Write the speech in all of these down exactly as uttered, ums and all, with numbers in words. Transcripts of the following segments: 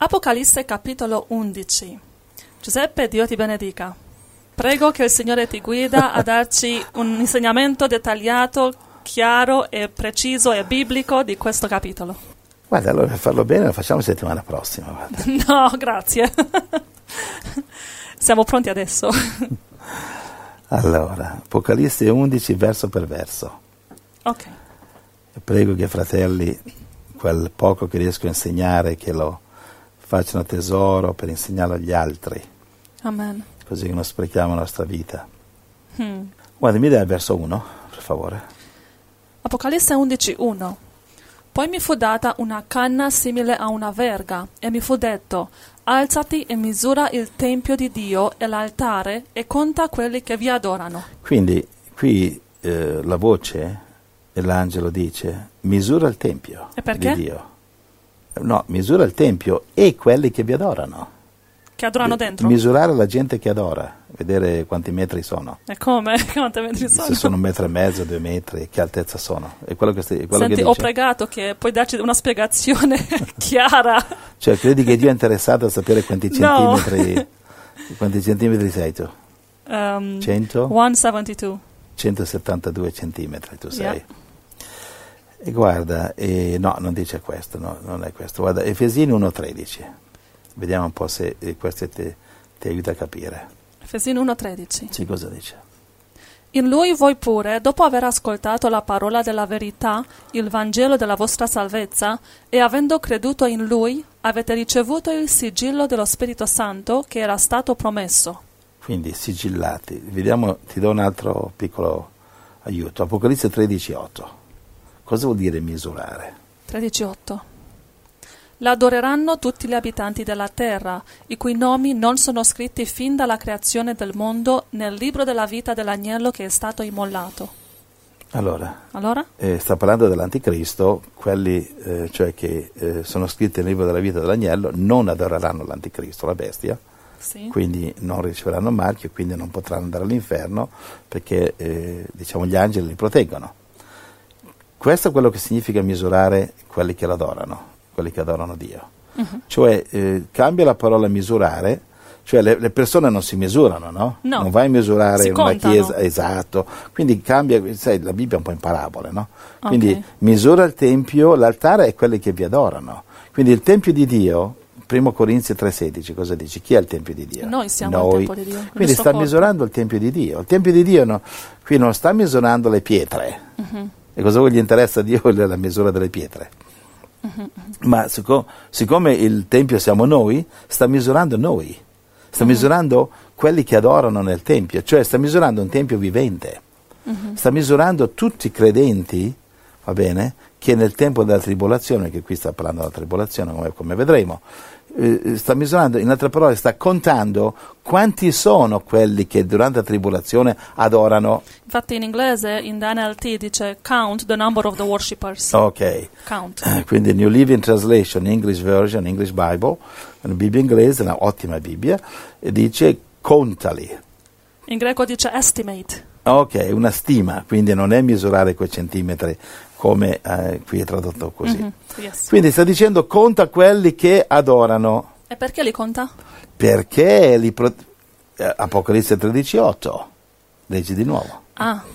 Apocalisse capitolo undici. Giuseppe, Dio ti benedica. Prego che il Signore ti guida a darci un insegnamento dettagliato, chiaro e preciso e biblico di questo capitolo. Guarda, allora per farlo bene lo facciamo settimana prossima. Guarda. No, grazie. Siamo pronti adesso. Allora, Apocalisse undici, verso per verso. Ok. E prego che i fratelli, quel poco che riesco a insegnare, che lo facciano tesoro per insegnarlo agli altri. Amen. Così che non sprechiamo la nostra vita. Hmm. Guarda, mi dai il verso uno, per favore. Apocalisse undici uno. Poi mi fu data una canna simile a una verga, e mi fu detto: alzati e misura il tempio di Dio e l'altare, e conta quelli che vi adorano. Quindi qui eh, la voce dell'angelo dice: misura il tempio E perché? di Dio. No, misura il tempio e quelli che vi adorano. Che adorano dentro? Misurare la gente che adora, vedere quanti metri sono. E come? Quanti metri sono? Se sono un metro e mezzo, due metri, che altezza sono. È quello che, sti, è quello Senti, che ho dice. pregato che puoi darci una spiegazione chiara. Cioè, credi che Dio è interessato a sapere quanti No. centimetri, quanti centimetri sei tu? Um, cento? centosettantadue. centosettantadue centimetri tu sei. Yeah. E guarda, e no, non dice questo, no, non è questo. Guarda, Efesini uno tredici. Vediamo un po' se eh, questo ti, ti aiuta a capire. Efesini uno tredici. Sì, cosa dice? In lui voi pure, dopo aver ascoltato la parola della verità, il Vangelo della vostra salvezza, e avendo creduto in lui, avete ricevuto il sigillo dello Spirito Santo che era stato promesso. Quindi sigillati. Vediamo, ti do un altro piccolo aiuto. Apocalisse tredici otto. Cosa vuol dire misurare? tredici otto. L'adoreranno tutti gli abitanti della terra, i cui nomi non sono scritti fin dalla creazione del mondo nel libro della vita dell'agnello che è stato immolato. Allora, Allora? eh, sta parlando dell'anticristo, quelli eh, cioè che eh, sono scritti nel libro della vita dell'agnello non adoreranno l'anticristo, la bestia, Sì. quindi non riceveranno marchio, quindi non potranno andare all'inferno perché eh, diciamo gli angeli li proteggono. Questo è quello che significa misurare quelli che l'adorano, quelli che adorano Dio. Uh-huh. Cioè eh, cambia la parola misurare, cioè le, le persone non si misurano, no? No. Non vai a misurare Si una contano. chiesa, esatto, quindi cambia, sai, la Bibbia è un po' in parabole, no? Quindi Ok. misura il tempio, l'altare è quelli che vi adorano. Quindi il tempio di Dio, primo Corinzi tre sedici, cosa dice? Chi è il tempio di Dio? Noi siamo Noi. il tempio di Dio. il Quindi nostro sta corpo. misurando il tempio di Dio. Il tempio di Dio no, qui non sta misurando le pietre. Uh-huh. E cosa gli interessa a Dio è la misura delle pietre. Uh-huh. Ma siccome, siccome il Tempio siamo noi, sta misurando noi, sta uh-huh. misurando quelli che adorano nel Tempio, cioè sta misurando un Tempio vivente, uh-huh. sta misurando tutti i credenti, va bene, che nel tempo della tribolazione, che qui sta parlando della tribolazione come, come vedremo, eh, sta misurando, in altre parole, sta contando quanti sono quelli che durante la tribolazione adorano. Infatti in inglese, in the N L T, dice count the number of the worshippers. Ok. Count. Quindi New Living Translation, English Version, English Bible, una Bibbia inglese, una ottima Bibbia, e dice contali. In greco dice estimate. Ok, una stima, quindi non è misurare coi centimetri come eh, qui è tradotto così. Mm-hmm. Yes. Quindi sta dicendo conta quelli che adorano. E perché li conta? Perché li pro- eh, Apocalisse tredici otto, leggi di nuovo. Ah.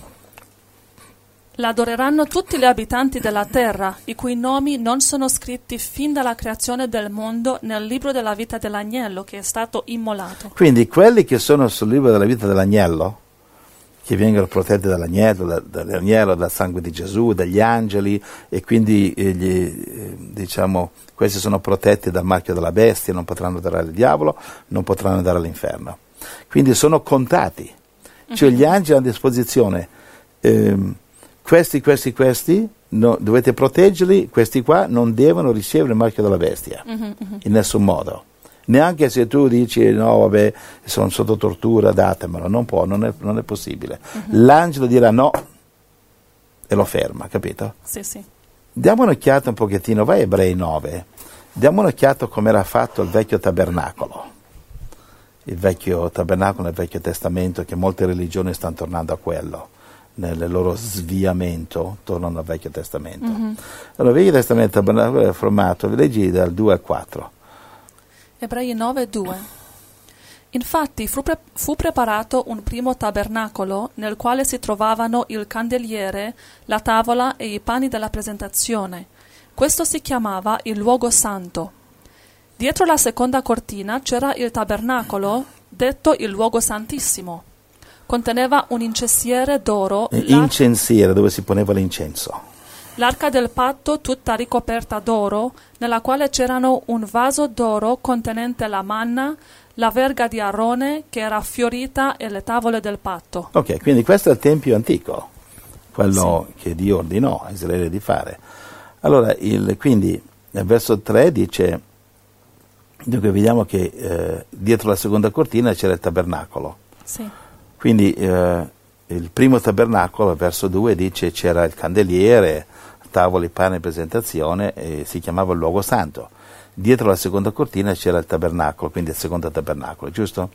L'adoreranno tutti gli abitanti della terra, i cui nomi non sono scritti fin dalla creazione del mondo nel libro della vita dell'agnello che è stato immolato. Quindi quelli che sono sul libro della vita dell'agnello, che vengono protetti dall'agnello, da, dall'agnello, dal sangue di Gesù, dagli angeli, e quindi eh, gli, eh, diciamo, questi sono protetti dal marchio della bestia, non potranno adorare il diavolo, non potranno andare all'inferno. Quindi sono contati, cioè gli angeli hanno a disposizione ehm, questi, questi, questi, no, dovete proteggerli, questi qua non devono ricevere il marchio della bestia, uh-huh, uh-huh. in nessun modo. Neanche se tu dici no vabbè sono sotto tortura, datemelo, non può, non è, non è possibile. Uh-huh. L'angelo dirà no e lo ferma, capito? Sì, sì. Diamo un'occhiata un pochettino, vai a Ebrei nove, diamo un'occhiata come era fatto il vecchio tabernacolo. Il vecchio tabernacolo nel Vecchio Testamento, che molte religioni stanno tornando a quello, nel loro sviamento tornano al Vecchio Testamento. Uh-huh. Allora il Vecchio Testamento, il tabernacolo è formato, leggi dal due al quattro. Ebrei nove due. Infatti fu, pre- fu preparato un primo tabernacolo nel quale si trovavano il candeliere, la tavola e i pani della presentazione. Questo si chiamava il luogo santo. Dietro la seconda cortina c'era il tabernacolo, detto il luogo santissimo. Conteneva un incensiere d'oro. Incensiere, dove si poneva l'incenso. L'arca del patto tutta ricoperta d'oro, nella quale c'erano un vaso d'oro contenente la manna, la verga di Aarone che era fiorita e le tavole del patto. Ok, quindi questo è il Tempio antico, quello sì. che Dio ordinò a Israele di fare. Allora, il, quindi nel verso tre dice, dunque vediamo che eh, dietro la seconda cortina c'era il tabernacolo. Sì. Quindi eh, il primo tabernacolo, verso due, dice c'era il candeliere, tavoli, pane e presentazione, e si chiamava il luogo santo. Dietro la seconda cortina c'era il tabernacolo, quindi il secondo tabernacolo, giusto?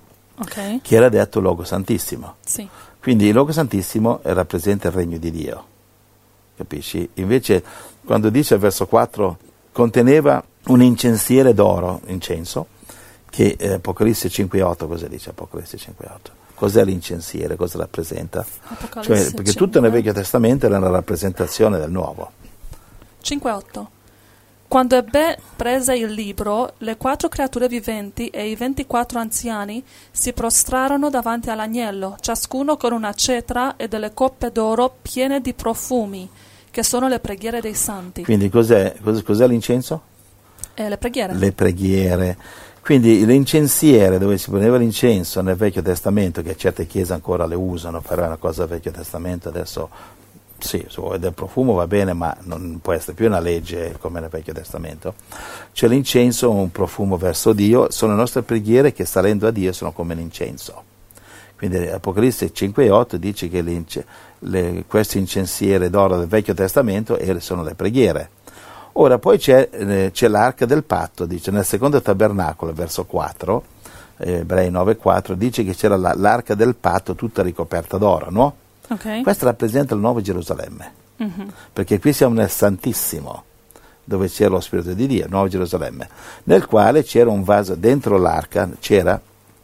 Ok. Che era detto luogo santissimo. Sì. Quindi il luogo santissimo rappresenta il regno di Dio, capisci? Invece quando dice al verso quattro conteneva un incensiere d'oro, incenso, che eh, Apocalisse cinque otto, cosa dice Apocalisse cinque otto? Cos'è l'incensiere? Cosa rappresenta? Cioè, perché tutto nel Vecchio Testamento era una rappresentazione del Nuovo. cinque otto. Quando ebbe prese il libro, le quattro creature viventi e i ventiquattro anziani si prostrarono davanti all'agnello, ciascuno con una cetra e delle coppe d'oro piene di profumi, che sono le preghiere dei santi. Quindi cos'è, cos- cos'è l'incenso? Eh, le preghiere. Le preghiere. Quindi l'incensiere, dove si poneva l'incenso nel Vecchio Testamento, che certe chiese ancora le usano, però è una cosa del Vecchio Testamento, adesso sì, del profumo va bene, ma non può essere più una legge come nel Vecchio Testamento. C'è l'incenso, un profumo verso Dio, sono le nostre preghiere che salendo a Dio sono come l'incenso. Quindi Apocalisse cinque otto dice che le, questo incensiere d'oro del Vecchio Testamento sono le preghiere. Ora poi c'è, eh, c'è l'arca del patto, dice nel secondo tabernacolo, verso quattro, eh, Ebrei nove quattro, dice che c'era la, l'arca del patto tutta ricoperta d'oro, no? Okay. Questo rappresenta il nuovo Gerusalemme, mm-hmm. perché qui siamo nel Santissimo, dove c'era lo Spirito di Dio, il nuovo Gerusalemme, nel quale c'era un vaso, dentro l'arca c'era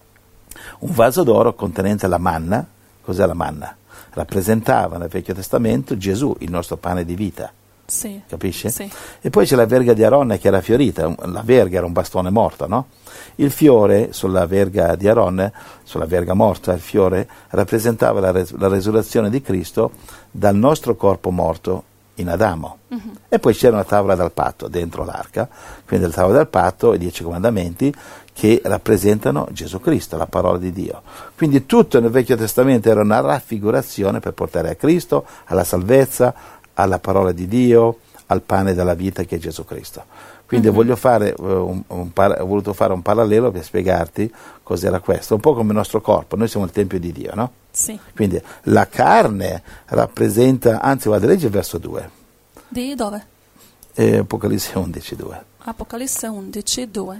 un vaso d'oro contenente la manna. Cos'è la manna? Rappresentava nel Vecchio Testamento Gesù, il nostro pane di vita. Sì. Capisci? Sì. E poi c'è la verga di Aronne che era fiorita, la verga era un bastone morto, no? Il fiore sulla verga di Aronne, sulla verga morta, il fiore rappresentava la, res- la resurrezione di Cristo dal nostro corpo morto in Adamo. Mm-hmm. E poi c'era una tavola del patto dentro l'arca, quindi la tavola del patto e i dieci comandamenti che rappresentano Gesù Cristo, la parola di Dio. Quindi tutto nel Vecchio Testamento era una raffigurazione per portare a Cristo, alla salvezza, alla parola di Dio, al pane della vita che è Gesù Cristo. Quindi mm-hmm. voglio fare, uh, un, un par- ho voluto fare un parallelo per spiegarti cos'era questo, un po' come il nostro corpo, noi siamo il Tempio di Dio, no? Sì. Quindi la carne rappresenta, anzi guarda, leggi il verso due. Di dove? Eh, Apocalisse undici due. Apocalisse undici due.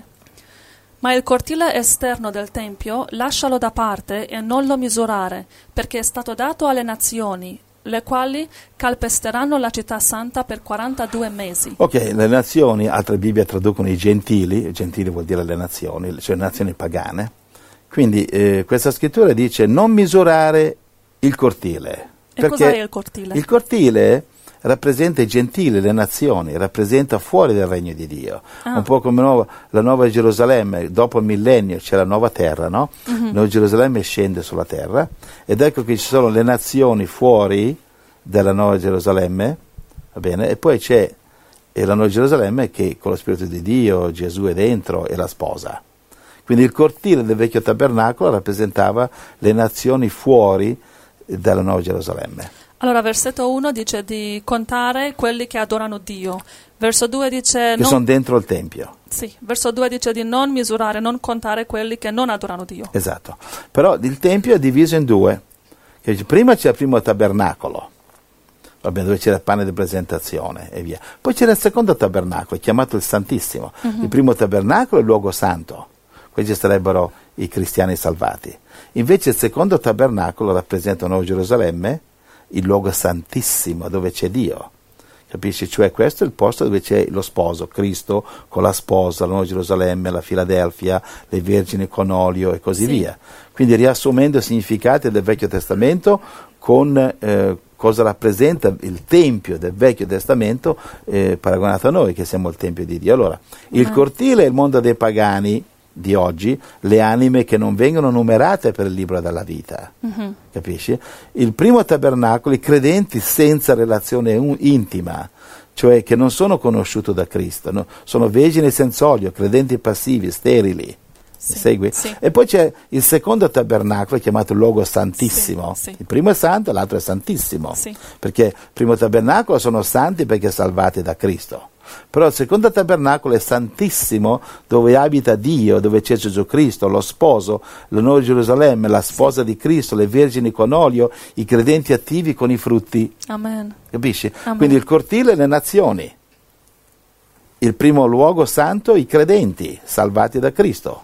Ma il cortile esterno del Tempio lascialo da parte e non lo misurare, perché è stato dato alle nazioni, le quali calpesteranno la città santa per quarantadue mesi. Ok, le nazioni, altre Bibbie traducono i gentili, gentili vuol dire le nazioni, cioè nazioni pagane. Quindi eh, questa scrittura dice non misurare il cortile. E cos'è il cortile? Il cortile rappresenta i gentili, le nazioni, rappresenta fuori del regno di Dio. Ah. Un po' come nuova, la nuova Gerusalemme, dopo il millennio c'è la nuova terra, no? Uh-huh. Nuova Gerusalemme scende sulla terra ed ecco che ci sono le nazioni fuori della nuova Gerusalemme, va bene? E poi c'è la nuova Gerusalemme che con lo Spirito di Dio, Gesù è dentro e la sposa. Quindi il cortile del vecchio tabernacolo rappresentava le nazioni fuori dalla nuova Gerusalemme. Allora, versetto uno dice di contare quelli che adorano Dio. Verso due dice... Che non... sono dentro il Tempio. Sì, verso due dice di non misurare, non contare quelli che non adorano Dio. Esatto. Però il Tempio è diviso in due. Prima c'è il primo tabernacolo, vabbè, dove c'era il pane di presentazione e via. Poi c'era il secondo tabernacolo, chiamato il Santissimo. Uh-huh. Il primo tabernacolo è il luogo santo. Questi sarebbero i cristiani salvati. Invece il secondo tabernacolo rappresenta Nuova Gerusalemme, il luogo santissimo dove c'è Dio, Capisci? Cioè questo è il posto dove c'è lo sposo, Cristo con la sposa, la Nuova Gerusalemme, la Filadelfia, le vergini con olio e così sì. via. Quindi riassumendo i significati del Vecchio Testamento con eh, cosa rappresenta il Tempio del Vecchio Testamento eh, paragonato a noi che siamo il Tempio di Dio. Allora, il ah. cortile è il mondo dei pagani di oggi, le anime che non vengono numerate per il libro della vita, mm-hmm. capisci? Il primo tabernacolo, i credenti senza relazione un- intima, cioè che non sono conosciuti da Cristo, no? Sono vergini senza olio, credenti passivi, sterili. Sì, segui? Sì. E poi c'è il secondo tabernacolo chiamato luogo santissimo. Sì, sì. Il primo è santo, l'altro è santissimo. Sì. Perché il primo tabernacolo sono santi perché salvati da Cristo. Però il secondo tabernacolo è santissimo, dove abita Dio, dove c'è Gesù Cristo, lo sposo, la Nuova Gerusalemme, la sposa di Cristo, le vergini con olio, i credenti attivi con i frutti. Amen. Capisci? Amen. Quindi il cortile e le nazioni. Il primo luogo santo, i credenti, salvati da Cristo.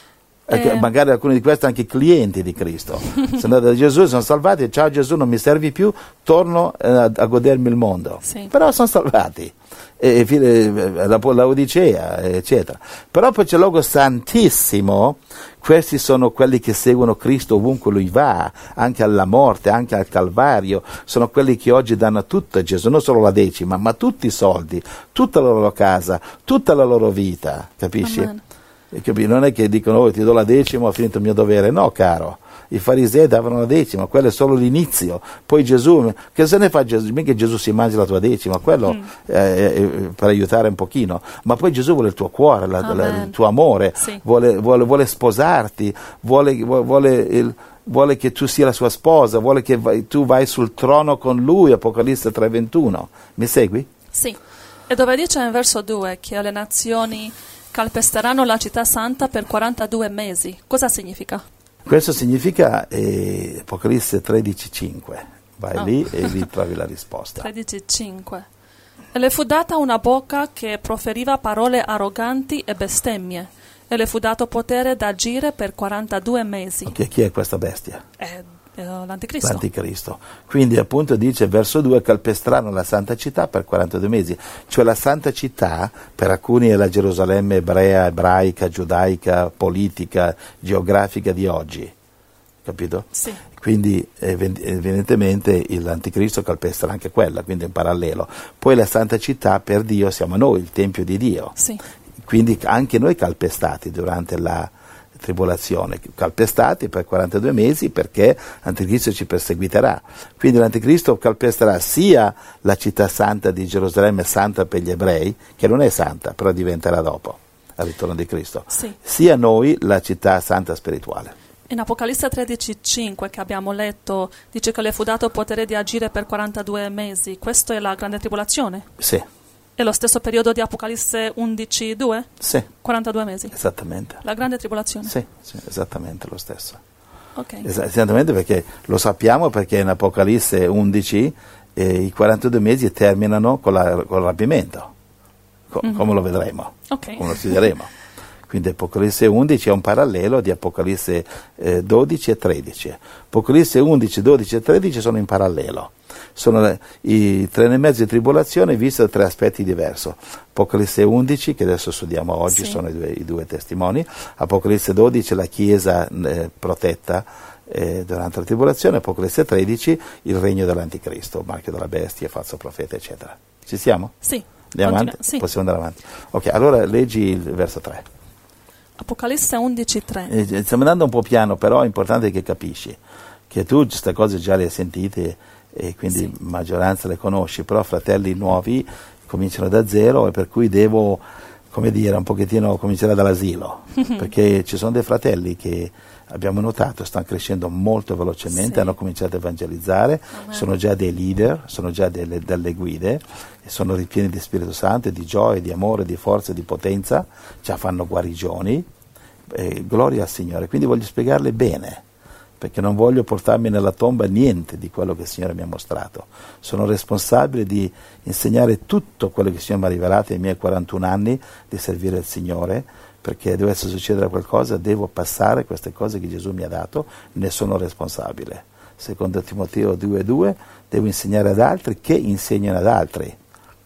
Eh. Magari alcuni di questi anche clienti di Cristo. Sono andati da Gesù, sono salvati, ciao Gesù, non mi servi più, torno eh, a godermi il mondo. Sì. Però sono salvati. E, e, la, la Odicea, eccetera. Però poi c'è il luogo santissimo, questi sono quelli che seguono Cristo ovunque lui va, anche alla morte, anche al Calvario, sono quelli che oggi danno tutto a Gesù, non solo la decima, ma tutti i soldi, tutta la loro casa, tutta la loro vita, capisci? Amen. Non è che dicono, oh, ti do la decima, ho finito il mio dovere. No, caro, i farisei davano la decima, quello è solo l'inizio. Poi Gesù, che se ne fa Gesù? Mica Gesù si mangia la tua decima, quello mm. è, è per aiutare un pochino. Ma poi Gesù vuole il tuo cuore, la, la, il tuo amore, sì. vuole, vuole, vuole sposarti, vuole, vuole, il, vuole che tu sia la sua sposa, vuole che vai, tu vai sul trono con lui, Apocalisse tre ventuno. Mi segui? Sì. E dove dice in verso due che le nazioni calpesteranno la città santa per quarantadue mesi. Cosa significa? Questo significa eh, Apocalisse tredici cinque. Vai oh. lì e lì trovi la risposta. tredici cinque. E le fu data una bocca che proferiva parole arroganti e bestemmie, e le fu dato potere d'agire per quarantadue mesi. Okay, chi è questa bestia? È, è l'anticristo. L'anticristo. Quindi appunto dice verso due, calpesteranno la santa città per quarantadue mesi. Cioè la santa città per alcuni è la Gerusalemme ebrea, ebraica, giudaica, politica, geografica di oggi. Capito? Sì. Quindi evidentemente l'anticristo calpesterà anche quella, quindi in parallelo. Poi la santa città per Dio siamo noi, il Tempio di Dio. Sì. Quindi anche noi calpestati durante la tribolazione, calpestati per quarantadue mesi perché l'anticristo ci perseguiterà. Quindi l'anticristo calpesterà sia la città santa di Gerusalemme, santa per gli ebrei, che non è santa, però diventerà dopo, al ritorno di Cristo, sì. sia noi la città santa spirituale. In Apocalisse tredici cinque che abbiamo letto dice che le fu dato potere di agire per quarantadue mesi. Questo è la grande tribolazione? Sì. È lo stesso periodo di Apocalisse undici due? Sì. quarantadue mesi. Esattamente. La grande tribolazione? Sì, sì, esattamente lo stesso. Okay. Es- esattamente perché lo sappiamo perché in Apocalisse undici eh, i quarantadue mesi terminano con, la, con il rapimento, Co- mm-hmm. come lo vedremo, okay. come lo studieremo. Quindi Apocalisse undici è un parallelo di Apocalisse eh, dodici e tredici. Apocalisse undici, dodici e tredici sono in parallelo. Sono i tre anni e mezzo di tribolazione visti da tre aspetti diversi. Apocalisse undici, che adesso studiamo oggi, sì. sono i due, i due testimoni. Apocalisse dodici, la Chiesa eh, protetta eh, durante la tribolazione. Apocalisse tredici, il regno dell'anticristo, marchio della bestia, falso profeta, eccetera. Ci siamo? Sì. Andiamo avanti? Sì. Possiamo andare avanti. Ok, allora leggi il verso tre. Apocalisse undici tre. Eh, stiamo andando un po' piano, però è importante che capisci che tu queste cose già le hai sentite e quindi sì. maggioranza le conosci, però fratelli nuovi cominciano da zero e per cui devo, come dire, un pochettino cominciare dall'asilo, perché ci sono dei fratelli che abbiamo notato stanno crescendo molto velocemente, sì. hanno cominciato a evangelizzare, Amen. Sono già dei leader, sono già delle, delle guide, e sono ripieni di Spirito Santo, di gioia, di amore, di forza, di potenza, già fanno guarigioni, eh, gloria al Signore. Quindi voglio spiegarle bene, perché non voglio portarmi nella tomba niente di quello che il Signore mi ha mostrato. Sono responsabile di insegnare tutto quello che il Signore mi ha rivelato ai miei quarantuno anni di servire il Signore, perché dovesse succedere qualcosa devo passare queste cose che Gesù mi ha dato, ne sono responsabile. Secondo Timoteo due due devo insegnare ad altri che insegnano ad altri.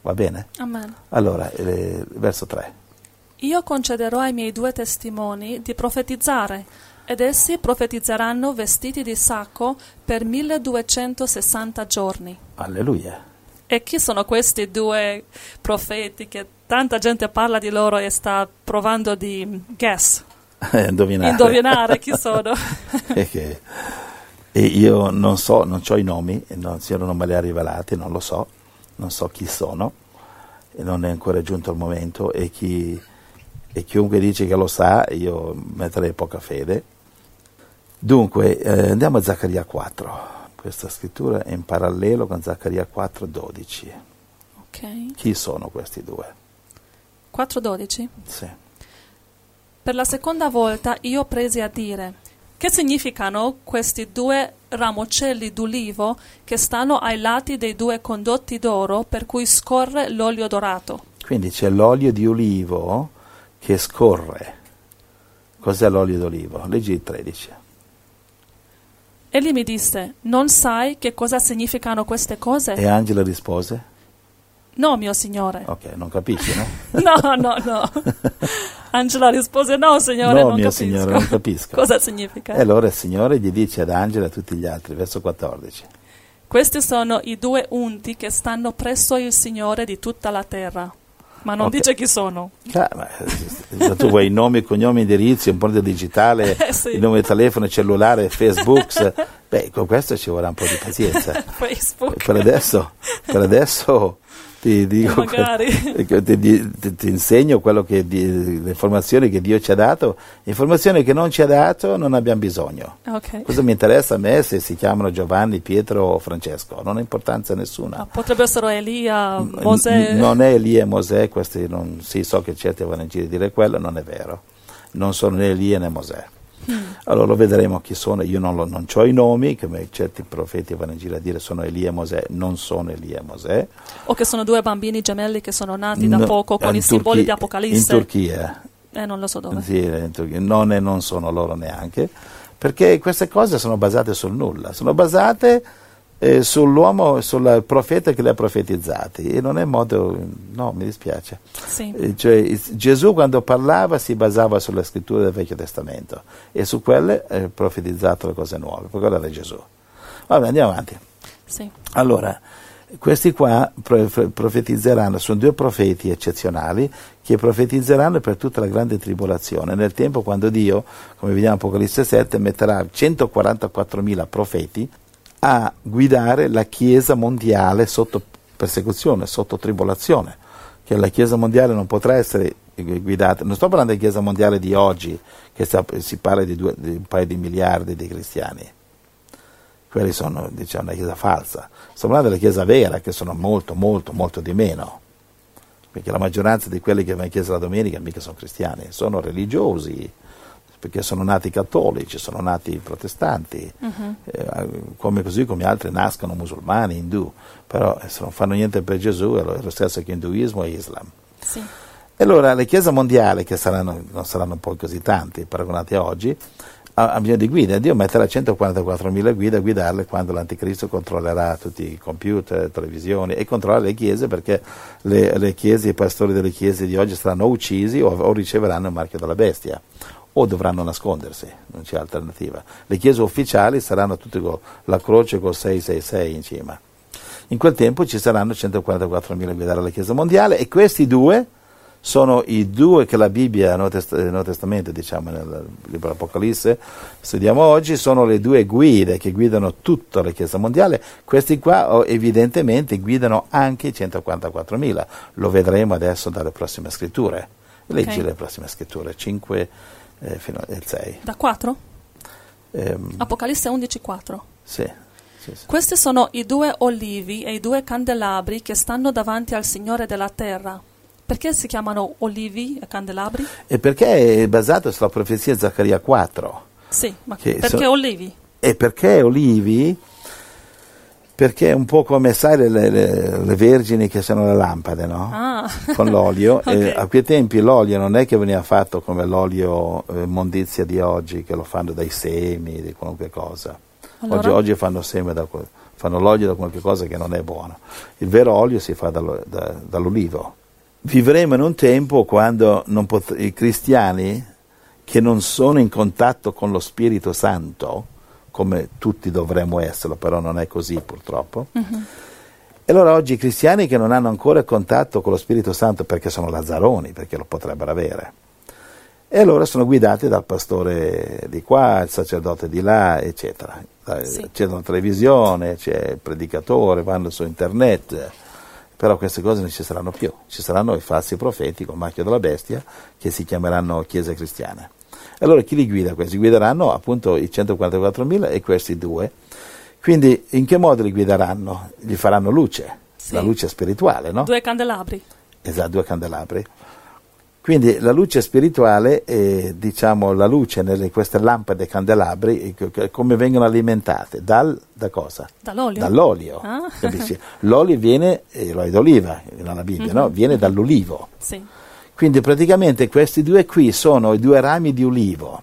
Va bene? Amen. Allora, eh, verso tre. Io concederò ai miei due testimoni di profetizzare, ed essi profetizzeranno vestiti di sacco per milleduecentosessanta giorni. Alleluia. E chi sono questi due profeti che tanta gente parla di loro e sta provando di guess? Indovinare. Indovinare chi sono. E, che, e io non so, non ho i nomi, non, il Signore non me li ha rivelati, non lo so, non so chi sono, e non è ancora giunto il momento, e, chi, e chiunque dice che lo sa, io metterei poca fede. Dunque, eh, andiamo a Zaccaria quattro. Questa scrittura è in parallelo con Zaccaria quattro dodici. Ok. Chi sono questi due? quattro dodici? Sì. Per la seconda volta io presi a dire: che significano questi due ramocelli d'ulivo che stanno ai lati dei due condotti d'oro per cui scorre l'olio dorato? Quindi c'è l'olio di olivo che scorre. Cos'è l'olio d'olivo? Leggi il tredici. Egli mi disse: non sai che cosa significano queste cose? E Angela rispose? No, mio signore. Ok, non capisci, no? No, no, no. Angela rispose: no, signore, no, non mio capisco. signore, non capisco. Cosa significa? E allora il Signore gli dice ad Angela e a tutti gli altri, verso quattordici. Questi sono i due unti che stanno presso il Signore di tutta la terra. Ma non Okay. dice chi sono. Ah, ma, tu vuoi nomi, cognomi, indirizzi, un po' di digitale, Eh, sì. il nome di telefono, cellulare, Facebook. Beh, con questo ci vorrà un po' di pazienza. Facebook. Per adesso, per adesso ti dico, Magari. que- ti, ti, ti insegno quello che di, le informazioni che Dio ci ha dato, informazioni che non ci ha dato non abbiamo bisogno. Ok. Cosa mi interessa a me se si chiamano Giovanni, Pietro o Francesco? Non ha importanza nessuna. Ah, potrebbe essere Elia, Mosè. N- non è Elia e Mosè, questi non, sì, so che certi evangeli dire quello, non è vero. Non sono né Elia né Mosè. Mm. Allora lo vedremo chi sono, io non, lo, non ho i nomi, come certi profeti evangeli a dire sono Elia e Mosè, non sono Elia e Mosè. O che sono due bambini gemelli che sono nati da No, poco con in i simboli Turchi- di Apocalisse. In Turchia, Eh, non lo so dove. sì, in Turchia. Non, e non sono loro neanche, perché queste cose sono basate sul nulla, sono basate eh, sull'uomo, sul profeta che le ha profetizzati, e non è modo, no, mi dispiace. Sì. Eh, Cioè, is- Gesù quando parlava si basava sulle scritture del Vecchio Testamento e su quelle ha profetizzato le cose nuove, perché quello era Gesù. Vabbè, andiamo avanti. Sì. Allora, questi qua pro- profetizzeranno, sono due profeti eccezionali che profetizzeranno per tutta la grande tribolazione, nel tempo quando Dio, come vediamo in Apocalisse sette, metterà centoquarantaquattromila profeti a guidare la Chiesa mondiale sotto persecuzione, sotto tribolazione, che la Chiesa mondiale non potrà essere guidata, non sto parlando di Chiesa mondiale di oggi, che sta, si parla di, due, di un paio di miliardi di cristiani, quelli sono, diciamo, una Chiesa falsa, sto parlando della Chiesa vera, che sono molto, molto, molto di meno, perché la maggioranza di quelli che vanno in chiesa la domenica mica sono cristiani, sono religiosi, perché sono nati cattolici, sono nati protestanti, Mhm. eh, come così come altri nascono musulmani, indù, però eh, se non fanno niente per Gesù è lo, è lo stesso che induismo e Islam. Sì. E allora le chiese mondiali, che saranno, non saranno poi così tanti paragonati a oggi, ha, ha bisogno di guide. Dio metterà centoquarantaquattromila guide a guidarle quando l'anticristo controllerà tutti i computer, televisioni e controllerà le chiese, perché le, le chiese, i pastori delle chiese di oggi saranno uccisi o, o riceveranno il marchio della bestia, o dovranno nascondersi, non c'è alternativa. Le chiese ufficiali saranno tutte con la croce col sei sei sei in cima. In quel tempo ci saranno centoquarantaquattromila a guidare la Chiesa mondiale, e questi due sono i due che la Bibbia, nel Test- Nuovo Testamento, diciamo nel libro Apocalisse, studiamo oggi, sono le due guide che guidano tutta la Chiesa mondiale. Questi qua oh, evidentemente guidano anche i centoquarantaquattromila, lo vedremo adesso dalle prossime scritture. Leggi Ok. le prossime scritture, cinque eh, fino al sei. Da quattro? Ehm, Apocalisse undici quattro. sì, sì, sì. Questi sono i due olivi e i due candelabri che stanno davanti al Signore della terra. Perché si chiamano olivi e candelabri? E perché è basato sulla profezia di Zaccaria quattro. Sì, ma Che perché so- olivi? E perché olivi? Perché è un po' come, sai, le, le- le vergini che sono le lampade, no? Ah. Con l'olio. Ok. E a quei tempi l'olio non è che veniva fatto come l'olio eh, mondizia di oggi, che lo fanno dai semi, di qualunque cosa. Allora? Oggi, oggi fanno seme da que- fanno l'olio da qualche cosa che non è buono. Il vero olio si fa dallo, da, dall'olivo. Vivremo in un tempo quando non pot- i cristiani che non sono in contatto con lo Spirito Santo, come tutti dovremmo esserlo, però non è così purtroppo. Mm-hmm. E allora oggi i cristiani che non hanno ancora contatto con lo Spirito Santo perché sono lazzaroni, perché lo potrebbero avere, e allora sono guidati dal pastore di qua, il sacerdote di là, eccetera. Sì. C'è la televisione, c'è il predicatore, vanno su internet, però queste cose non ci saranno più. Ci saranno i falsi profeti col marchio della bestia che si chiameranno chiese cristiane. Allora chi li guida questi? Guideranno appunto i centoquarantaquattromila e questi due. Quindi in che modo li guideranno? Gli faranno luce, sì. La luce spirituale, no? Due candelabri. Esatto, due candelabri. Quindi la luce spirituale, è, diciamo, la luce nelle queste lampade candelabri, come vengono alimentate? Dal, da cosa? Dall'olio. Dall'olio, ah. Capisci? L'olio viene, eh, l'olio d'oliva, nella Bibbia, mm-hmm. no? Viene dall'olivo. Sì. Quindi praticamente questi due qui sono i due rami di ulivo,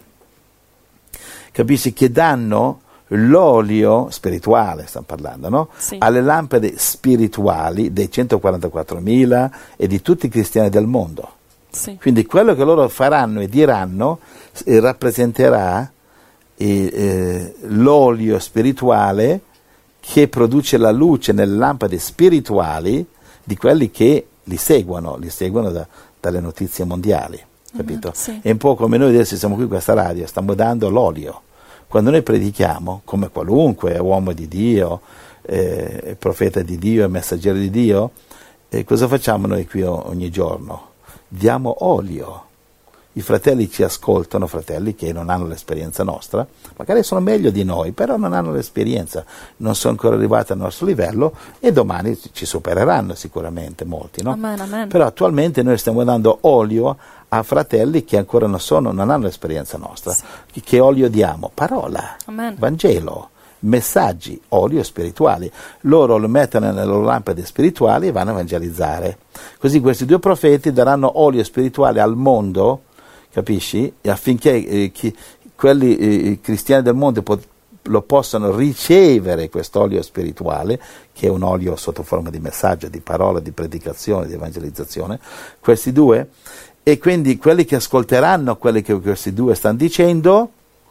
capisci? Che danno l'olio spirituale, stiamo parlando, no? Sì. Alle lampade spirituali dei centoquarantaquattromila e di tutti i cristiani del mondo. Sì. Quindi quello che loro faranno e diranno eh, rappresenterà eh, eh, l'olio spirituale che produce la luce nelle lampade spirituali di quelli che li seguono, li seguono da, dalle notizie mondiali, capito? Mm, sì. È un po' come noi adesso siamo qui in questa radio, stiamo dando l'olio. Quando noi predichiamo, come qualunque uomo di Dio, eh, profeta di Dio, messaggero di Dio, eh, cosa facciamo noi qui ogni giorno? Diamo olio. I fratelli ci ascoltano, fratelli che non hanno l'esperienza nostra, magari sono meglio di noi, però non hanno l'esperienza, non sono ancora arrivati al nostro livello e domani ci supereranno sicuramente molti, no? Amen, amen. Però attualmente noi stiamo dando olio a fratelli che ancora non sono, non hanno l'esperienza nostra. Sì. Che olio diamo? Parola, amen. Vangelo, messaggi, olio spirituali. Loro lo mettono nelle loro lampade spirituali e vanno a evangelizzare. Così questi due profeti daranno olio spirituale al mondo, capisci? Affinché eh, chi, quelli eh, cristiani del mondo pot- lo possano ricevere quest'olio spirituale, che è un olio sotto forma di messaggio, di parola, di predicazione, di evangelizzazione, questi due, e quindi quelli che ascolteranno quelli che questi due stanno dicendo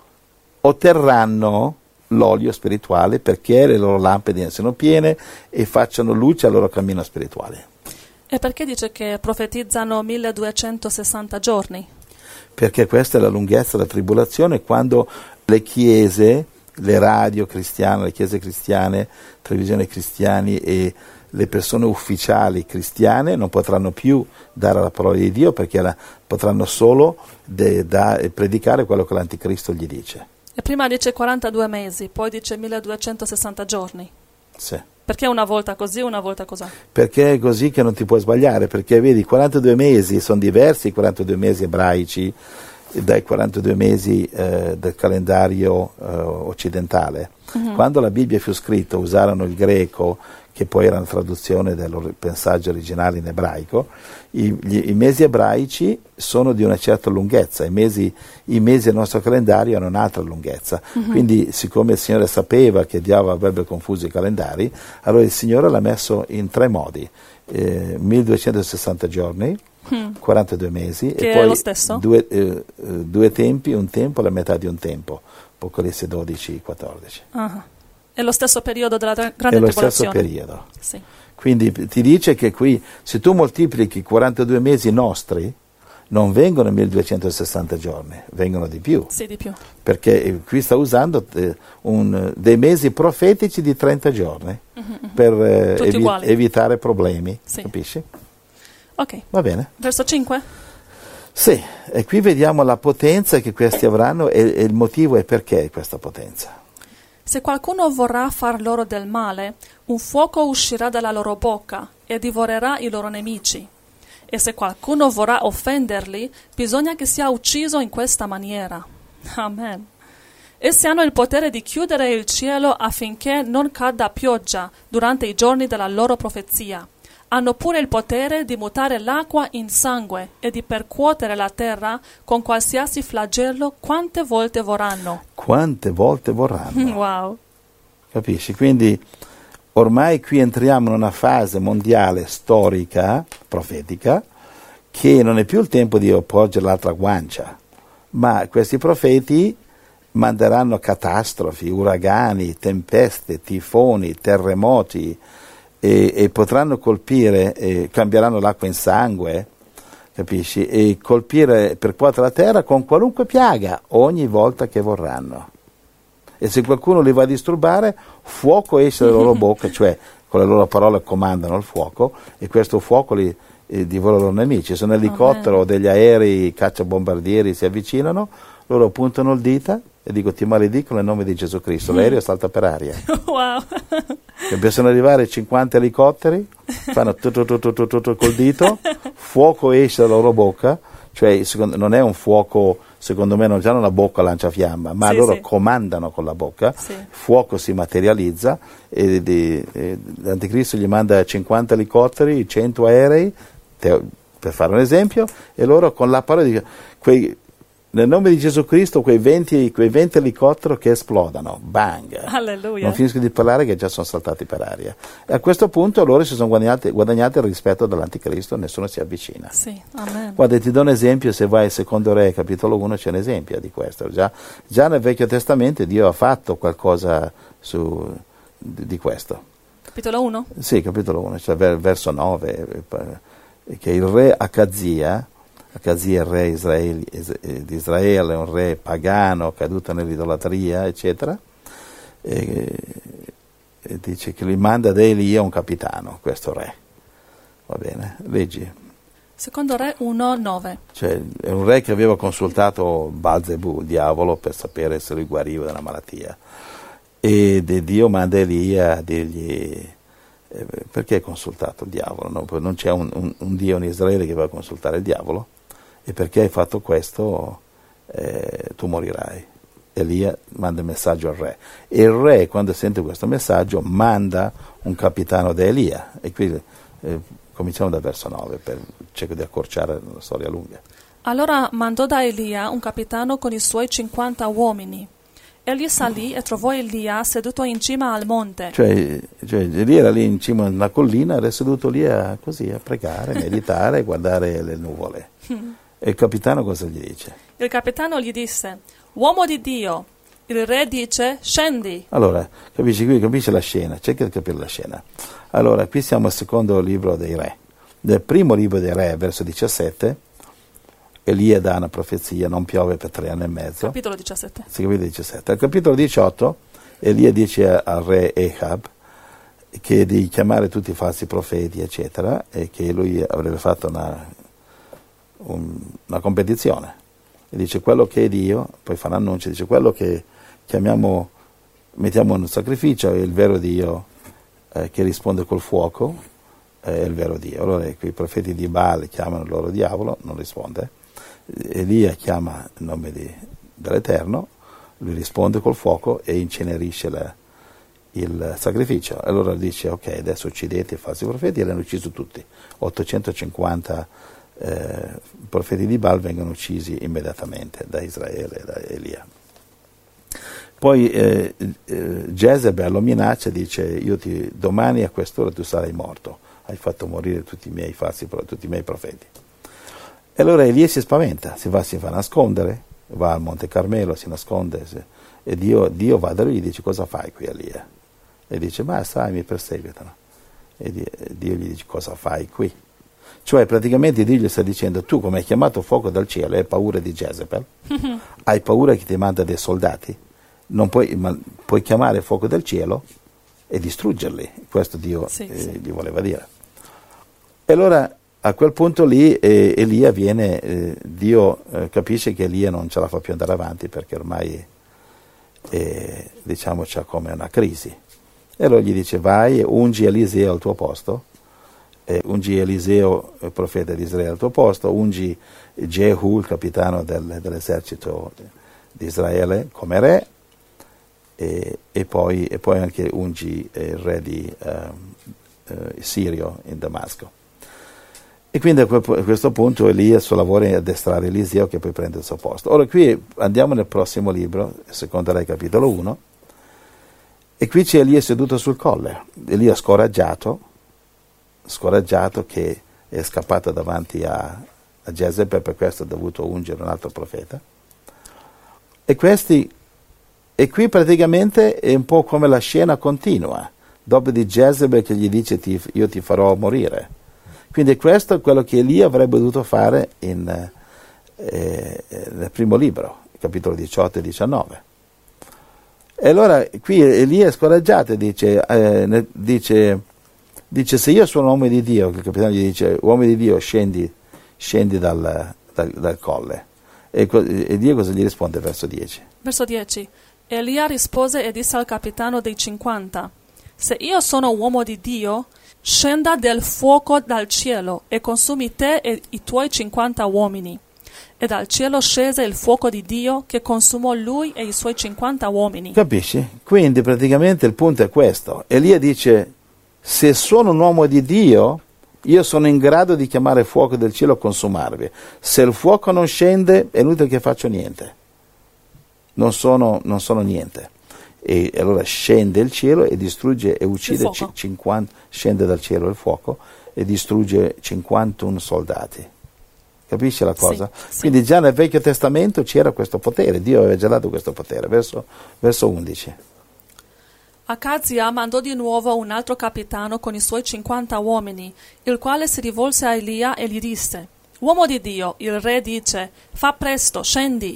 otterranno l'olio spirituale perché le loro lampade sono piene e facciano luce al loro cammino spirituale. E perché dice che profetizzano milleduecentosessanta giorni? Perché questa è la lunghezza della tribolazione, quando le chiese, le radio cristiane, le chiese cristiane, televisioni cristiane e le persone ufficiali cristiane non potranno più dare la parola di Dio perché la, potranno solo de, da, predicare quello che l'anticristo gli dice. E prima dice quarantadue mesi, poi dice milleduecentosessanta giorni. Sì. Perché una volta così e una volta così? Perché è così che non ti puoi sbagliare, perché vedi, quarantadue mesi sono diversi, i quarantadue mesi ebraici dai quarantadue mesi eh, del calendario eh, occidentale. Uh-huh. Quando la Bibbia fu scritta usarono il greco, che poi era una traduzione del pensaggio originale in ebraico. I, gli, i mesi ebraici sono di una certa lunghezza, i mesi, i mesi del nostro calendario hanno un'altra lunghezza. Uh-huh. Quindi, siccome il Signore sapeva che il diavolo avrebbe confuso i calendari, allora il Signore l'ha messo in tre modi: eh, milleduecentosessanta giorni, mm. quarantadue mesi, che e poi è lo stesso? Due, eh, due tempi, un tempo, la metà di un tempo. Apocalisse dodici quattordici. Uh-huh. È lo stesso periodo della grande è lo tribolazione. stesso periodo. Sì. Quindi ti dice che qui, se tu moltiplichi i quarantadue mesi nostri, non vengono milleduecentosessanta giorni, vengono di più. Sì, di più. Perché qui sta usando eh, un, dei mesi profetici di trenta giorni mm-hmm. per eh, evi- evitare problemi, sì. Capisci? Ok. Va bene. Verso cinque? Sì, e qui vediamo la potenza che questi avranno e, e il motivo è perché questa potenza. Se qualcuno vorrà far loro del male, un fuoco uscirà dalla loro bocca e divorerà i loro nemici. E se qualcuno vorrà offenderli, bisogna che sia ucciso in questa maniera. Amen. Essi hanno il potere di chiudere il cielo affinché non cada pioggia durante i giorni della loro profezia. Hanno pure il potere di mutare l'acqua in sangue e di percuotere la terra con qualsiasi flagello quante volte vorranno. Quante volte vorranno. Wow. Capisci? Quindi ormai qui entriamo in una fase mondiale storica, profetica, che non è più il tempo di opporgere l'altra guancia, ma questi profeti manderanno catastrofi, uragani, tempeste, tifoni, terremoti e, e potranno colpire, e cambieranno l'acqua in sangue, capisci? E colpire per quota la terra con qualunque piaga ogni volta che vorranno. E se qualcuno li va a disturbare, fuoco esce dalla loro bocca, cioè con le loro parole comandano il fuoco e questo fuoco li eh, divora i loro nemici. Se un elicottero o degli aerei cacciabombardieri si avvicinano, loro puntano il dita e dico ti maledico nel nome di Gesù Cristo, l'aereo salta per aria. Wow. E possono arrivare cinquanta elicotteri, fanno tutto tutto tutto tutto col dito, fuoco esce dalla loro bocca, cioè secondo, non è un fuoco, secondo me non già una bocca lanciafiamma, ma sì, loro sì. comandano con la bocca, Sì. fuoco si materializza e, e, e l'anticristo gli manda cinquanta elicotteri, cento aerei, te, per fare un esempio, e loro con la parola di quei nel nome di Gesù Cristo quei venti, quei venti elicotteri che esplodano, bang! Alleluia. Non finisco di parlare che già sono saltati per aria. E a questo punto loro si sono guadagnati, guadagnati il rispetto dell'anticristo, nessuno si avvicina. Sì, amen. Guarda, ti do un esempio, se vai al secondo Re, capitolo uno, c'è un esempio di questo. Già, già nel Vecchio Testamento Dio ha fatto qualcosa su, di, di questo. Capitolo uno? Sì, capitolo uno, cioè verso nove, che il re Acazia, Acazia è il re Israeli, di Israele, un re pagano, caduto nell'idolatria, eccetera, e, e dice che gli manda ad Elia un capitano, questo re. Va bene, leggi. Secondo Re uno, nove. Cioè, è un re che aveva consultato Balzebù, il diavolo, per sapere se lui guariva da una malattia. E Dio manda Elia a dirgli... Eh, perché hai consultato il diavolo? No? Non c'è un, un, un Dio in Israele che va a consultare il diavolo? E perché hai fatto questo eh, tu morirai. Elia manda il messaggio al re e il re, quando sente questo messaggio, manda un capitano da Elia. E qui eh, cominciamo dal verso nove, per cerco di accorciare la storia lunga. Allora mandò da Elia un capitano con i suoi cinquanta uomini. Egli salì e trovò Elia seduto in cima al monte. Cioè, cioè Elia era lì in cima a una collina, era seduto lì a, così, a pregare, meditare, guardare le nuvole. E il capitano cosa gli dice? Il capitano gli disse: uomo di Dio, il re dice scendi. Allora, capisci qui, capisci la scena, cerca di capire la scena. Allora, qui siamo al secondo libro dei re. Nel primo libro dei re, verso diciassette, Elia dà una profezia, non piove per tre anni e mezzo. Capitolo diciassette. Sì, capitolo diciassette. Al capitolo diciotto, Elia dice al re Ehab che di chiamare tutti i falsi profeti, eccetera, e che lui avrebbe fatto una... Un, una competizione e dice quello che è Dio, poi fa un annuncio, dice quello che chiamiamo, mettiamo in sacrificio è il vero Dio eh, che risponde col fuoco, eh, è il vero Dio. Allora i profeti di Baal chiamano il loro diavolo, non risponde, Elia chiama il nome di, dell'Eterno, lui risponde col fuoco e incenerisce la, il sacrificio. Allora dice ok, adesso uccidete i falsi profeti, e li hanno ucciso tutti, ottocentocinquanta Eh, profeti di Baal vengono uccisi immediatamente da Israele, da Elia. Poi eh, eh, Jezebel lo minaccia e dice io ti, domani a quest'ora tu sarai morto, hai fatto morire tutti i miei falsi, tutti i miei profeti. E allora Elia si spaventa, si va, si fa nascondere, va al Monte Carmelo, si nasconde si, e Dio, Dio va da lui e gli dice cosa fai qui Elia? E dice ma sai mi perseguitano. E Dio, Dio gli dice cosa fai qui? Cioè praticamente Dio gli sta dicendo tu come hai chiamato fuoco dal cielo hai paura di Jezebel, hai paura che ti manda dei soldati, non puoi, ma puoi chiamare fuoco dal cielo e distruggerli, questo Dio sì, eh, sì. gli voleva dire. E allora a quel punto lì eh, Elia viene, eh, Dio eh, capisce che Elia non ce la fa più andare avanti perché ormai eh, diciamo c'è come una crisi. E allora gli dice vai e ungi Eliseo al tuo posto, eh, ungi Eliseo, il profeta di Israele al tuo posto, ungi Jehu, il capitano del, dell'esercito di Israele come re, e, e, poi, e poi anche ungi eh, il re di eh, eh, Sirio in Damasco. E quindi a, quel, a questo punto Elia il suo lavoro è addestrare Eliseo che poi prende il suo posto. Ora qui andiamo nel prossimo libro, secondo Re capitolo uno, E qui c'è Elia seduto sul colle, Elia scoraggiato, scoraggiato che è scappato davanti a, a Jezebel, per questo ha dovuto ungere un altro profeta. E questi, e qui praticamente è un po' come la scena continua, dopo di Jezebel che gli dice ti, io ti farò morire. Quindi questo è quello che Elia avrebbe dovuto fare in, eh, nel primo libro, capitolo diciotto e diciannove. E allora qui Elia è scoraggiato e dice, eh, dice, dice se io sono uomo di Dio, il capitano gli dice uomo di Dio scendi, scendi dal, dal, dal colle. E, e Dio cosa gli risponde? Verso dieci. Verso dieci. Elia rispose e disse al capitano dei cinquanta: se io sono uomo di Dio, scenda del fuoco dal cielo e consumi te e i tuoi cinquanta uomini. E dal cielo scese il fuoco di Dio che consumò lui e i suoi cinquanta uomini. Capisci? Quindi praticamente il punto è questo. Elia dice, se sono un uomo di Dio, io sono in grado di chiamare fuoco del cielo e consumarvi. Se il fuoco non scende, è inutile che faccio niente. Non sono, non sono niente. E allora scende il cielo e distrugge e uccide cinquanta, scende dal cielo il fuoco e distrugge cinquantuno soldati. Capisci la cosa? Sì, Quindi sì. già nel Vecchio Testamento c'era questo potere, Dio aveva già dato questo potere, verso, verso undici. Acazia mandò di nuovo un altro capitano con i suoi cinquanta uomini, il quale si rivolse a Elia e gli disse: uomo di Dio, il re dice, fa presto, scendi.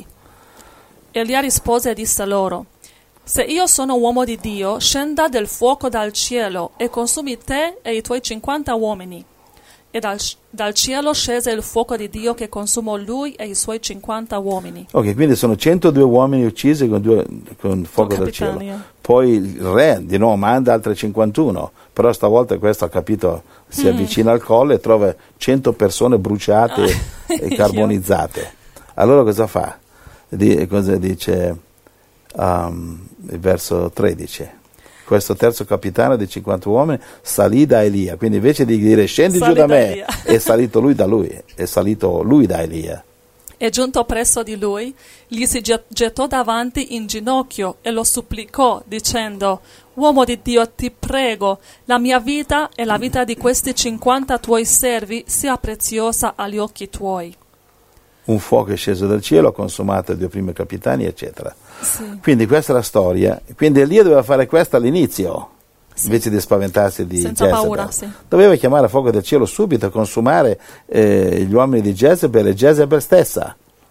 Elia rispose e disse loro: se io sono uomo di Dio, scenda del fuoco dal cielo e consumi te e i tuoi cinquanta uomini. E dal, dal cielo scese il fuoco di Dio che consumò lui e i suoi cinquanta uomini. Ok, quindi sono centodue uomini uccisi con, due, con fuoco Con dal cielo. capitani, eh. Poi il re di nuovo manda altri cinquantuno, però stavolta questo ha capito, si Mm. avvicina al colle e trova cento persone bruciate Ah, e carbonizzate. Allora cosa fa? Di, cosa dice um, il verso tredici? Questo terzo capitano di cinquanta uomini salì da Elia, quindi invece di dire scendi Salì giù da da me, Elia. è salito lui da lui, è salito lui da Elia. E giunto presso di lui, gli si gettò davanti in ginocchio e lo supplicò, dicendo: uomo di Dio, ti prego, la mia vita e la vita di questi cinquanta tuoi servi sia preziosa agli occhi tuoi. Un fuoco è sceso dal cielo, ha consumato i due primi capitani, eccetera. Sì. Quindi questa è la storia. Quindi Elia doveva fare questo all'inizio, Sì. invece di spaventarsi di Senza Jezebel. paura, sì. Doveva chiamare fuoco del cielo subito, consumare eh, gli uomini di Jezebel e Jezebel stessa.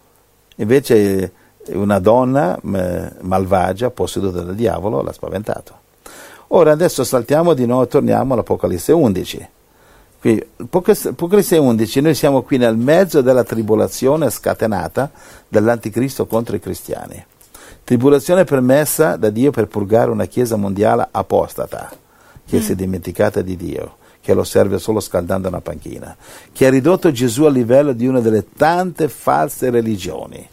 Invece una donna eh, malvagia, posseduta dal diavolo, l'ha spaventato. Ora adesso saltiamo di nuovo e torniamo all'Apocalisse undici. Qui, Apocalisse undici, noi siamo qui nel mezzo della tribolazione scatenata dall'anticristo contro i cristiani. Tribolazione permessa da Dio per purgare una chiesa mondiale apostata, che mm. si è dimenticata di Dio, che lo serve solo scaldando una panchina, che ha ridotto Gesù a livello di una delle tante false religioni.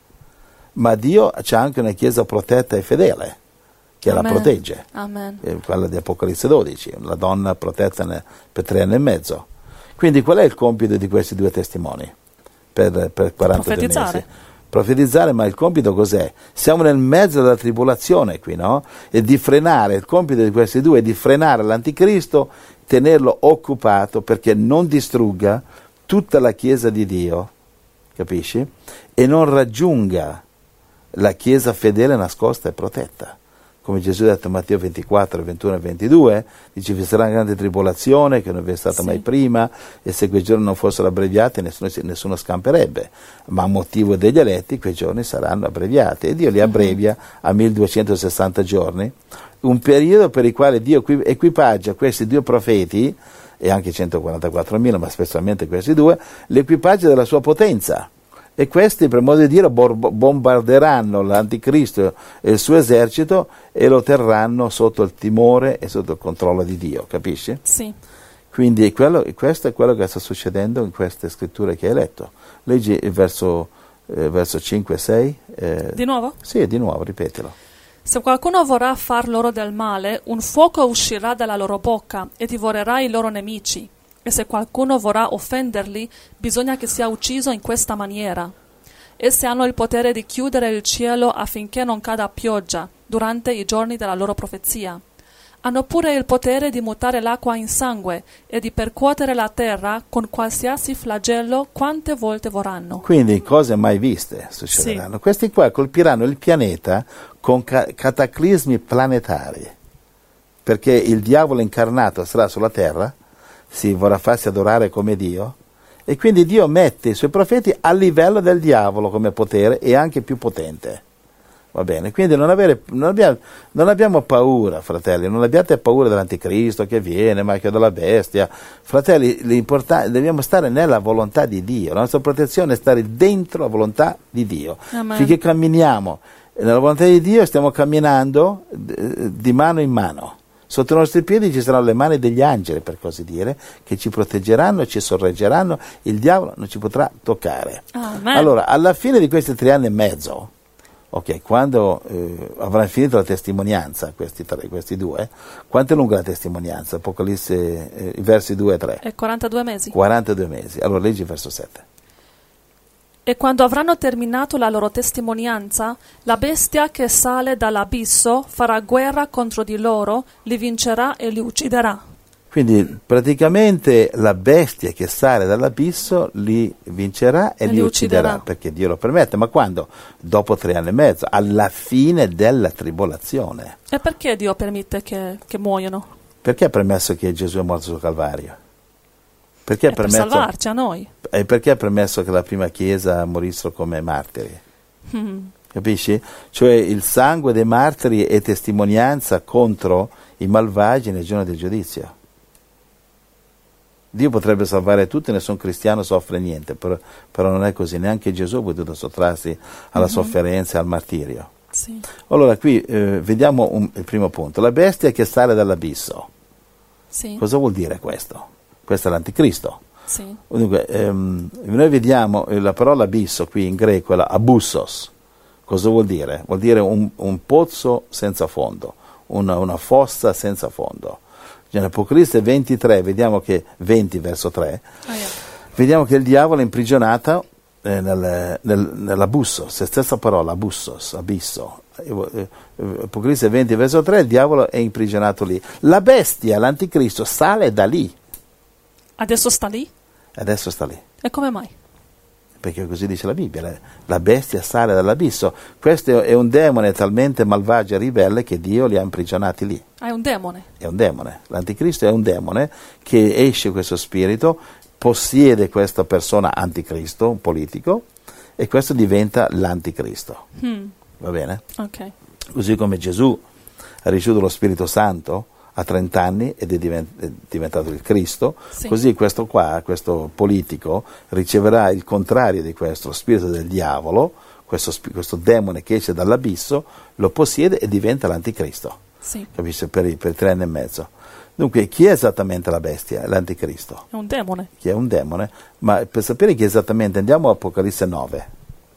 Ma Dio c'ha anche una chiesa protetta e fedele, che Amen. la protegge. Amen. Eh, quella di Apocalisse dodici, la donna protetta ne, per tre anni e mezzo. Quindi qual è il compito di questi due testimoni per, per quarantadue Profetizzare. mesi? Profetizzare, ma il compito cos'è? Siamo nel mezzo della tribolazione qui, no? E di frenare, il compito di questi due è di frenare l'anticristo, tenerlo occupato perché non distrugga tutta la Chiesa di Dio, capisci? E non raggiunga la Chiesa fedele nascosta e protetta. Come Gesù ha detto in Matteo ventiquattro, ventuno e ventidue, dice vi sarà una grande tribolazione che non vi è stata sì. mai prima, e se quei giorni non fossero abbreviati nessuno, nessuno scamperebbe, ma a motivo degli eletti quei giorni saranno abbreviati, e Dio li abbrevia a milleduecentosessanta giorni, un periodo per il quale Dio equipaggia questi due profeti, e anche centoquarantaquattromila, ma specialmente questi due, l'equipaggio della sua potenza. E questi, per modo di dire, bombarderanno l'anticristo e il suo esercito e lo terranno sotto il timore e sotto il controllo di Dio, capisci? Sì. Quindi quello, questo è quello che sta succedendo in queste scritture che hai letto. Leggi il verso, eh, verso cinque e sei. Eh, Di nuovo? Sì, di nuovo, ripetilo. Se qualcuno vorrà far loro del male, un fuoco uscirà dalla loro bocca e divorerà i loro nemici. E se qualcuno vorrà offenderli, bisogna che sia ucciso in questa maniera. Esse hanno il potere di chiudere il cielo affinché non cada pioggia durante i giorni della loro profezia. Hanno pure il potere di mutare l'acqua in sangue e di percuotere la terra con qualsiasi flagello quante volte vorranno. Quindi cose mai viste succederanno. Sì. Questi qua colpiranno il pianeta con ca- cataclismi planetari, perché il diavolo incarnato sarà sulla terra, si vorrà farsi adorare come Dio, e quindi Dio mette i suoi profeti a livello del diavolo come potere e anche più potente. Va bene, quindi non, avere, non, abbiamo, non abbiamo paura, fratelli, non abbiate paura dell'anticristo che viene, marchio della bestia. Fratelli, dobbiamo stare nella volontà di Dio, la nostra protezione è stare dentro la volontà di Dio. Amen. Finché camminiamo nella volontà di Dio stiamo camminando di mano in mano. Sotto i nostri piedi ci saranno le mani degli angeli, per così dire, che ci proteggeranno, ci sorreggeranno, il diavolo non ci potrà toccare. Amen. Allora, alla fine di questi tre anni e mezzo, ok, quando eh, avranno finito la testimonianza, questi tre, questi due, quanto è lunga la testimonianza? Apocalisse, eh, i versi due e tre. È quarantadue mesi. quarantadue mesi. Allora leggi il verso sette. E quando avranno terminato la loro testimonianza, la bestia che sale dall'abisso farà guerra contro di loro, li vincerà e li ucciderà. Quindi praticamente la bestia che sale dall'abisso li vincerà e, e li ucciderà, ucciderà, perché Dio lo permette. Ma quando? Dopo tre anni e mezzo, alla fine della tribolazione. E perché Dio permette che, che muoiono? Perché ha permesso che Gesù è morto sul Calvario? Perché è per permesso, salvarci a noi. E perché ha permesso che la prima chiesa morissero come martiri? Mm. Capisci? Cioè il sangue dei martiri è testimonianza contro i malvagi nel giorno del giudizio. Dio potrebbe salvare tutti, nessun cristiano soffre niente, però, però non è così, neanche Gesù ha potuto sottrarsi alla mm-hmm. sofferenza e al martirio. Sì. Allora qui eh, vediamo un, il primo punto, la bestia che sale dall'abisso. Sì. Cosa vuol dire questo? Questo è l'anticristo. Sì. Dunque, ehm, noi vediamo eh, la parola abisso qui in greco è la abussos. Cosa vuol dire? Vuol dire un, un pozzo senza fondo, una, una fossa senza fondo. Nell'Apocalisse ventitré, vediamo che venti verso tre, oh, yeah. vediamo che il diavolo è imprigionato eh, nel, nel, nell'abusso, stessa parola, abussos, abisso. Eh, Apocalisse venti verso tre, il diavolo è imprigionato lì. La bestia, l'anticristo, sale da lì. Adesso sta lì? Adesso sta lì. E come mai? Perché così dice la Bibbia, la bestia sale dall'abisso. Questo è un demone talmente malvagio e ribelle che Dio li ha imprigionati lì. Ah, è un demone? È un demone. L'anticristo è un demone che esce questo spirito, possiede questa persona anticristo, un politico, e questo diventa l'anticristo. Hmm. Va bene? Ok. Così come Gesù ha ricevuto lo Spirito Santo a trenta anni ed è diventato il Cristo, sì. Così questo qua, questo politico, riceverà il contrario di questo, lo spirito del diavolo, questo, questo demone che esce dall'abisso, lo possiede e diventa l'anticristo, sì. Capisci? Per, per tre anni e mezzo. Dunque, chi è esattamente la bestia? L'anticristo. È un demone. Chi è un demone, ma per sapere chi è esattamente, andiamo a Apocalisse nove.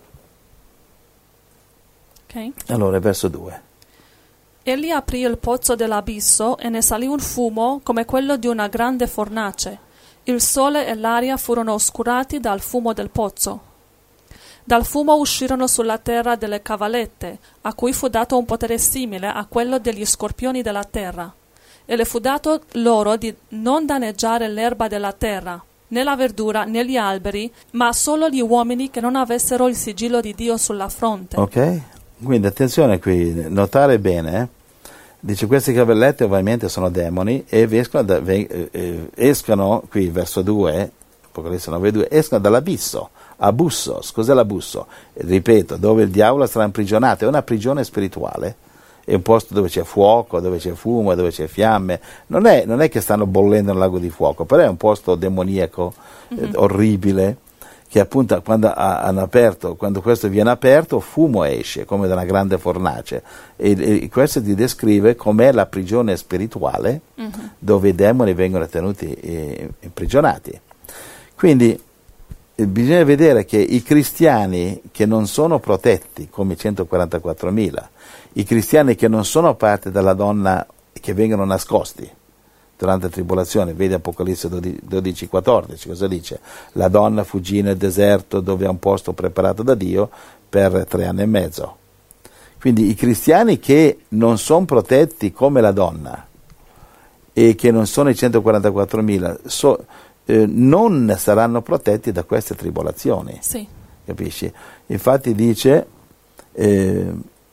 Ok. Allora, verso due. Egli aprì il pozzo dell'abisso e ne salì un fumo come quello di una grande fornace. Il sole e l'aria furono oscurati dal fumo del pozzo. Dal fumo uscirono sulla terra delle cavallette, a cui fu dato un potere simile a quello degli scorpioni della terra. E le fu dato loro di non danneggiare l'erba della terra, né la verdura, né gli alberi, ma solo gli uomini che non avessero il sigillo di Dio sulla fronte. Ok, quindi attenzione qui, notare bene, eh? Dice queste cavallette ovviamente sono demoni e escono, da, eh, escono qui verso due, Apocalisse nove due, escono dall'abisso, abussos. Cos'è l'abusso? Ripeto, dove il diavolo sarà imprigionato, è una prigione spirituale, è un posto dove c'è fuoco, dove c'è fumo, dove c'è fiamme, non è, non è che stanno bollendo nel lago di fuoco, però è un posto demoniaco, mm-hmm. eh, orribile, che appunto quando hanno aperto, quando questo viene aperto, fumo esce come da una grande fornace, e, e questo ti descrive com'è la prigione spirituale, uh-huh. dove i demoni vengono tenuti eh, imprigionati. Quindi eh, bisogna vedere che i cristiani che non sono protetti, come i centoquarantaquattromila, i cristiani che non sono parte della donna, che vengono nascosti, durante la tribolazione. Vedi Apocalisse dodici quattordici, cosa dice? La donna fuggì nel deserto dove ha un posto preparato da Dio per tre anni e mezzo. Quindi i cristiani che non sono protetti come la donna e che non sono i centoquarantaquattromila so, eh, non saranno protetti da queste tribolazioni. Sì. Capisci? Infatti dice eh,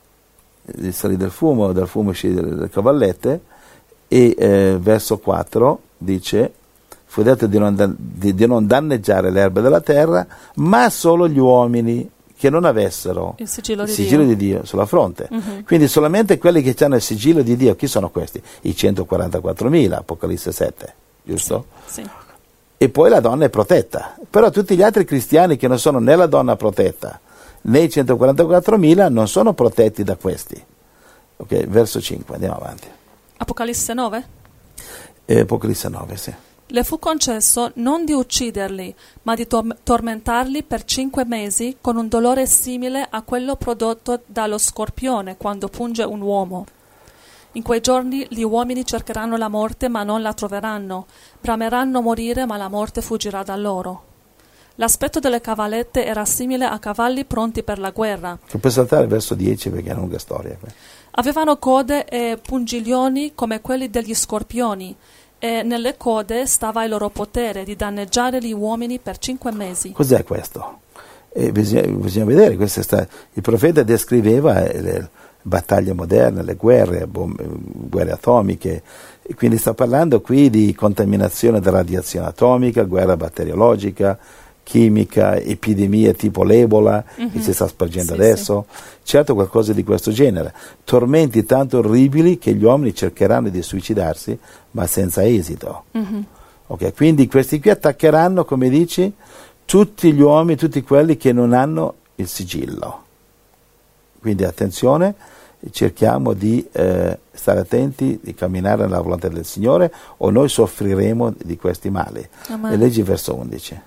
salì del fumo, dal fumo uscì delle cavallette, e eh, verso quattro dice: fu detto di non, di, di non danneggiare le erbe della terra, ma solo gli uomini che non avessero il sigillo, il di, sigillo Dio. di Dio sulla fronte. Uh-huh. Quindi solamente quelli che hanno il sigillo di Dio. Chi sono questi? I centoquarantaquattromila, Apocalisse sette, giusto? Sì. Sì. E poi la donna è protetta. Però tutti gli altri cristiani che non sono né la donna protetta né i centoquarantaquattromila non sono protetti da questi. Ok, verso cinque, andiamo avanti. Apocalisse nove? Eh, Apocalisse nove, sì. Le fu concesso non di ucciderli, ma di tor- tormentarli per cinque mesi con un dolore simile a quello prodotto dallo scorpione quando punge un uomo. In quei giorni gli uomini cercheranno la morte, ma non la troveranno. Brameranno morire, ma la morte fuggirà da loro. L'aspetto delle cavallette era simile a cavalli pronti per la guerra. Puoi saltare verso dieci perché è una lunga storia. Avevano code e pungiglioni come quelli degli scorpioni, e nelle code stava il loro potere di danneggiare gli uomini per cinque mesi. Cos'è questo? E bisogna, bisogna vedere, questo sta, il profeta descriveva le battaglie moderne, le guerre, bombe, guerre atomiche, e quindi sta parlando qui di contaminazione da radiazione atomica, guerra batteriologica, chimica, epidemie tipo l'Ebola, mm-hmm. che si sta spargendo sì, adesso, sì. Certo qualcosa di questo genere, tormenti tanto orribili che gli uomini cercheranno di suicidarsi ma senza esito. Mm-hmm. Okay, quindi questi qui attaccheranno, come dici, tutti gli uomini, tutti quelli che non hanno il sigillo. Quindi attenzione, cerchiamo di eh, stare attenti, di camminare nella volontà del Signore, o noi soffriremo di questi mali. Amen. E leggi verso undici.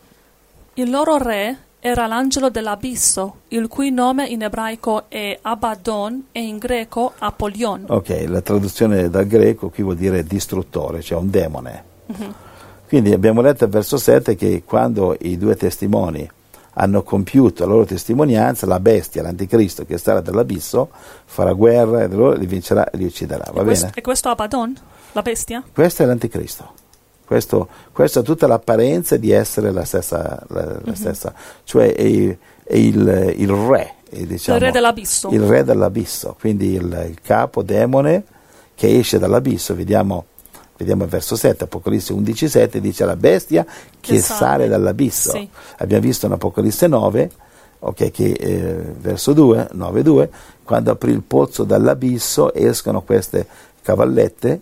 Il loro re era l'angelo dell'abisso, il cui nome in ebraico è Abaddon e in greco Apolion. Ok, la traduzione dal greco qui vuol dire distruttore, cioè un demone. Uh-huh. Quindi abbiamo letto al verso sette che quando i due testimoni hanno compiuto la loro testimonianza, la bestia, l'anticristo che starà dall'abisso, farà guerra e loro li vincerà e li ucciderà. Va e questo, bene? E questo Abaddon? La bestia? Questo è l'anticristo. Questo, questo ha tutta l'apparenza di essere la stessa, la, la uh-huh. stessa, cioè è, è il, il re, è, diciamo, il re dell'abisso. Il re dell'abisso, quindi il, il capo demone che esce dall'abisso. Vediamo, vediamo il verso sette, Apocalisse undici sette, dice la bestia che, che sale. sale dall'abisso. Sì. Abbiamo visto in Apocalisse nove, okay, che eh, verso due, nove due, quando aprì il pozzo dall'abisso escono queste cavallette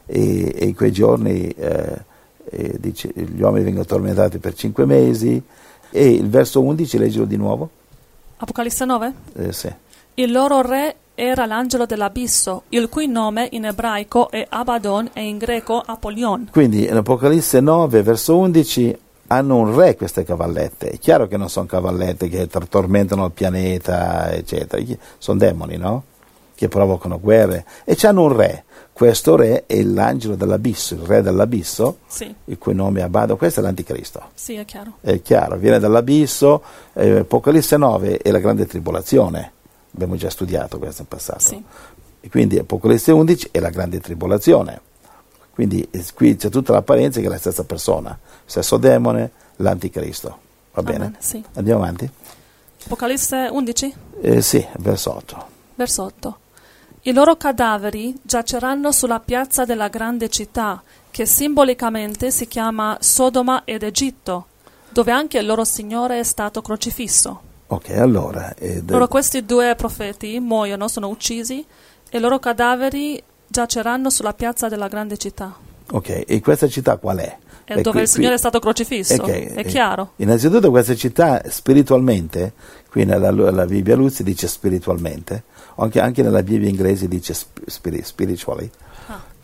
e, e in quei giorni... Eh, E dice, gli uomini vengono tormentati per cinque mesi. E il verso undici, leggilo di nuovo. Apocalisse nove? Eh, sì. Il loro re era l'angelo dell'abisso, il cui nome in ebraico è Abaddon e in greco Apolion. Quindi in Apocalisse nove, verso undici, hanno un re queste cavallette. È chiaro che non sono cavallette che tormentano il pianeta, eccetera. Sono demoni, no? Che provocano guerre. E c'hanno un re. Questo re è l'angelo dell'abisso, il re dell'abisso, sì. Il cui nome è Abaddon. Questo è l'anticristo. Sì, è chiaro. È chiaro, viene dall'abisso. eh, Apocalisse nove è la grande tribolazione. Abbiamo già studiato questo in passato. Sì. E quindi Apocalisse undici è la grande tribolazione. Quindi eh, qui c'è tutta l'apparenza che è la stessa persona, stesso demone, l'anticristo. Va bene? Amen, sì. Andiamo avanti. Apocalisse undici? Eh, sì, verso otto. Verso otto. I loro cadaveri giaceranno sulla piazza della grande città, che simbolicamente si chiama Sodoma ed Egitto, dove anche il loro Signore è stato crocifisso. Ok, allora... Eh, Loro questi due profeti muoiono, sono uccisi, e i loro cadaveri giaceranno sulla piazza della grande città. Ok, e questa città qual è? È dove qui, il Signore qui, è stato crocifisso, okay, è chiaro. Innanzitutto questa città spiritualmente, qui nella, nella Bibbia Luzzi dice spiritualmente, anche, anche nella Bibbia inglese dice spiri, spiritually, ah.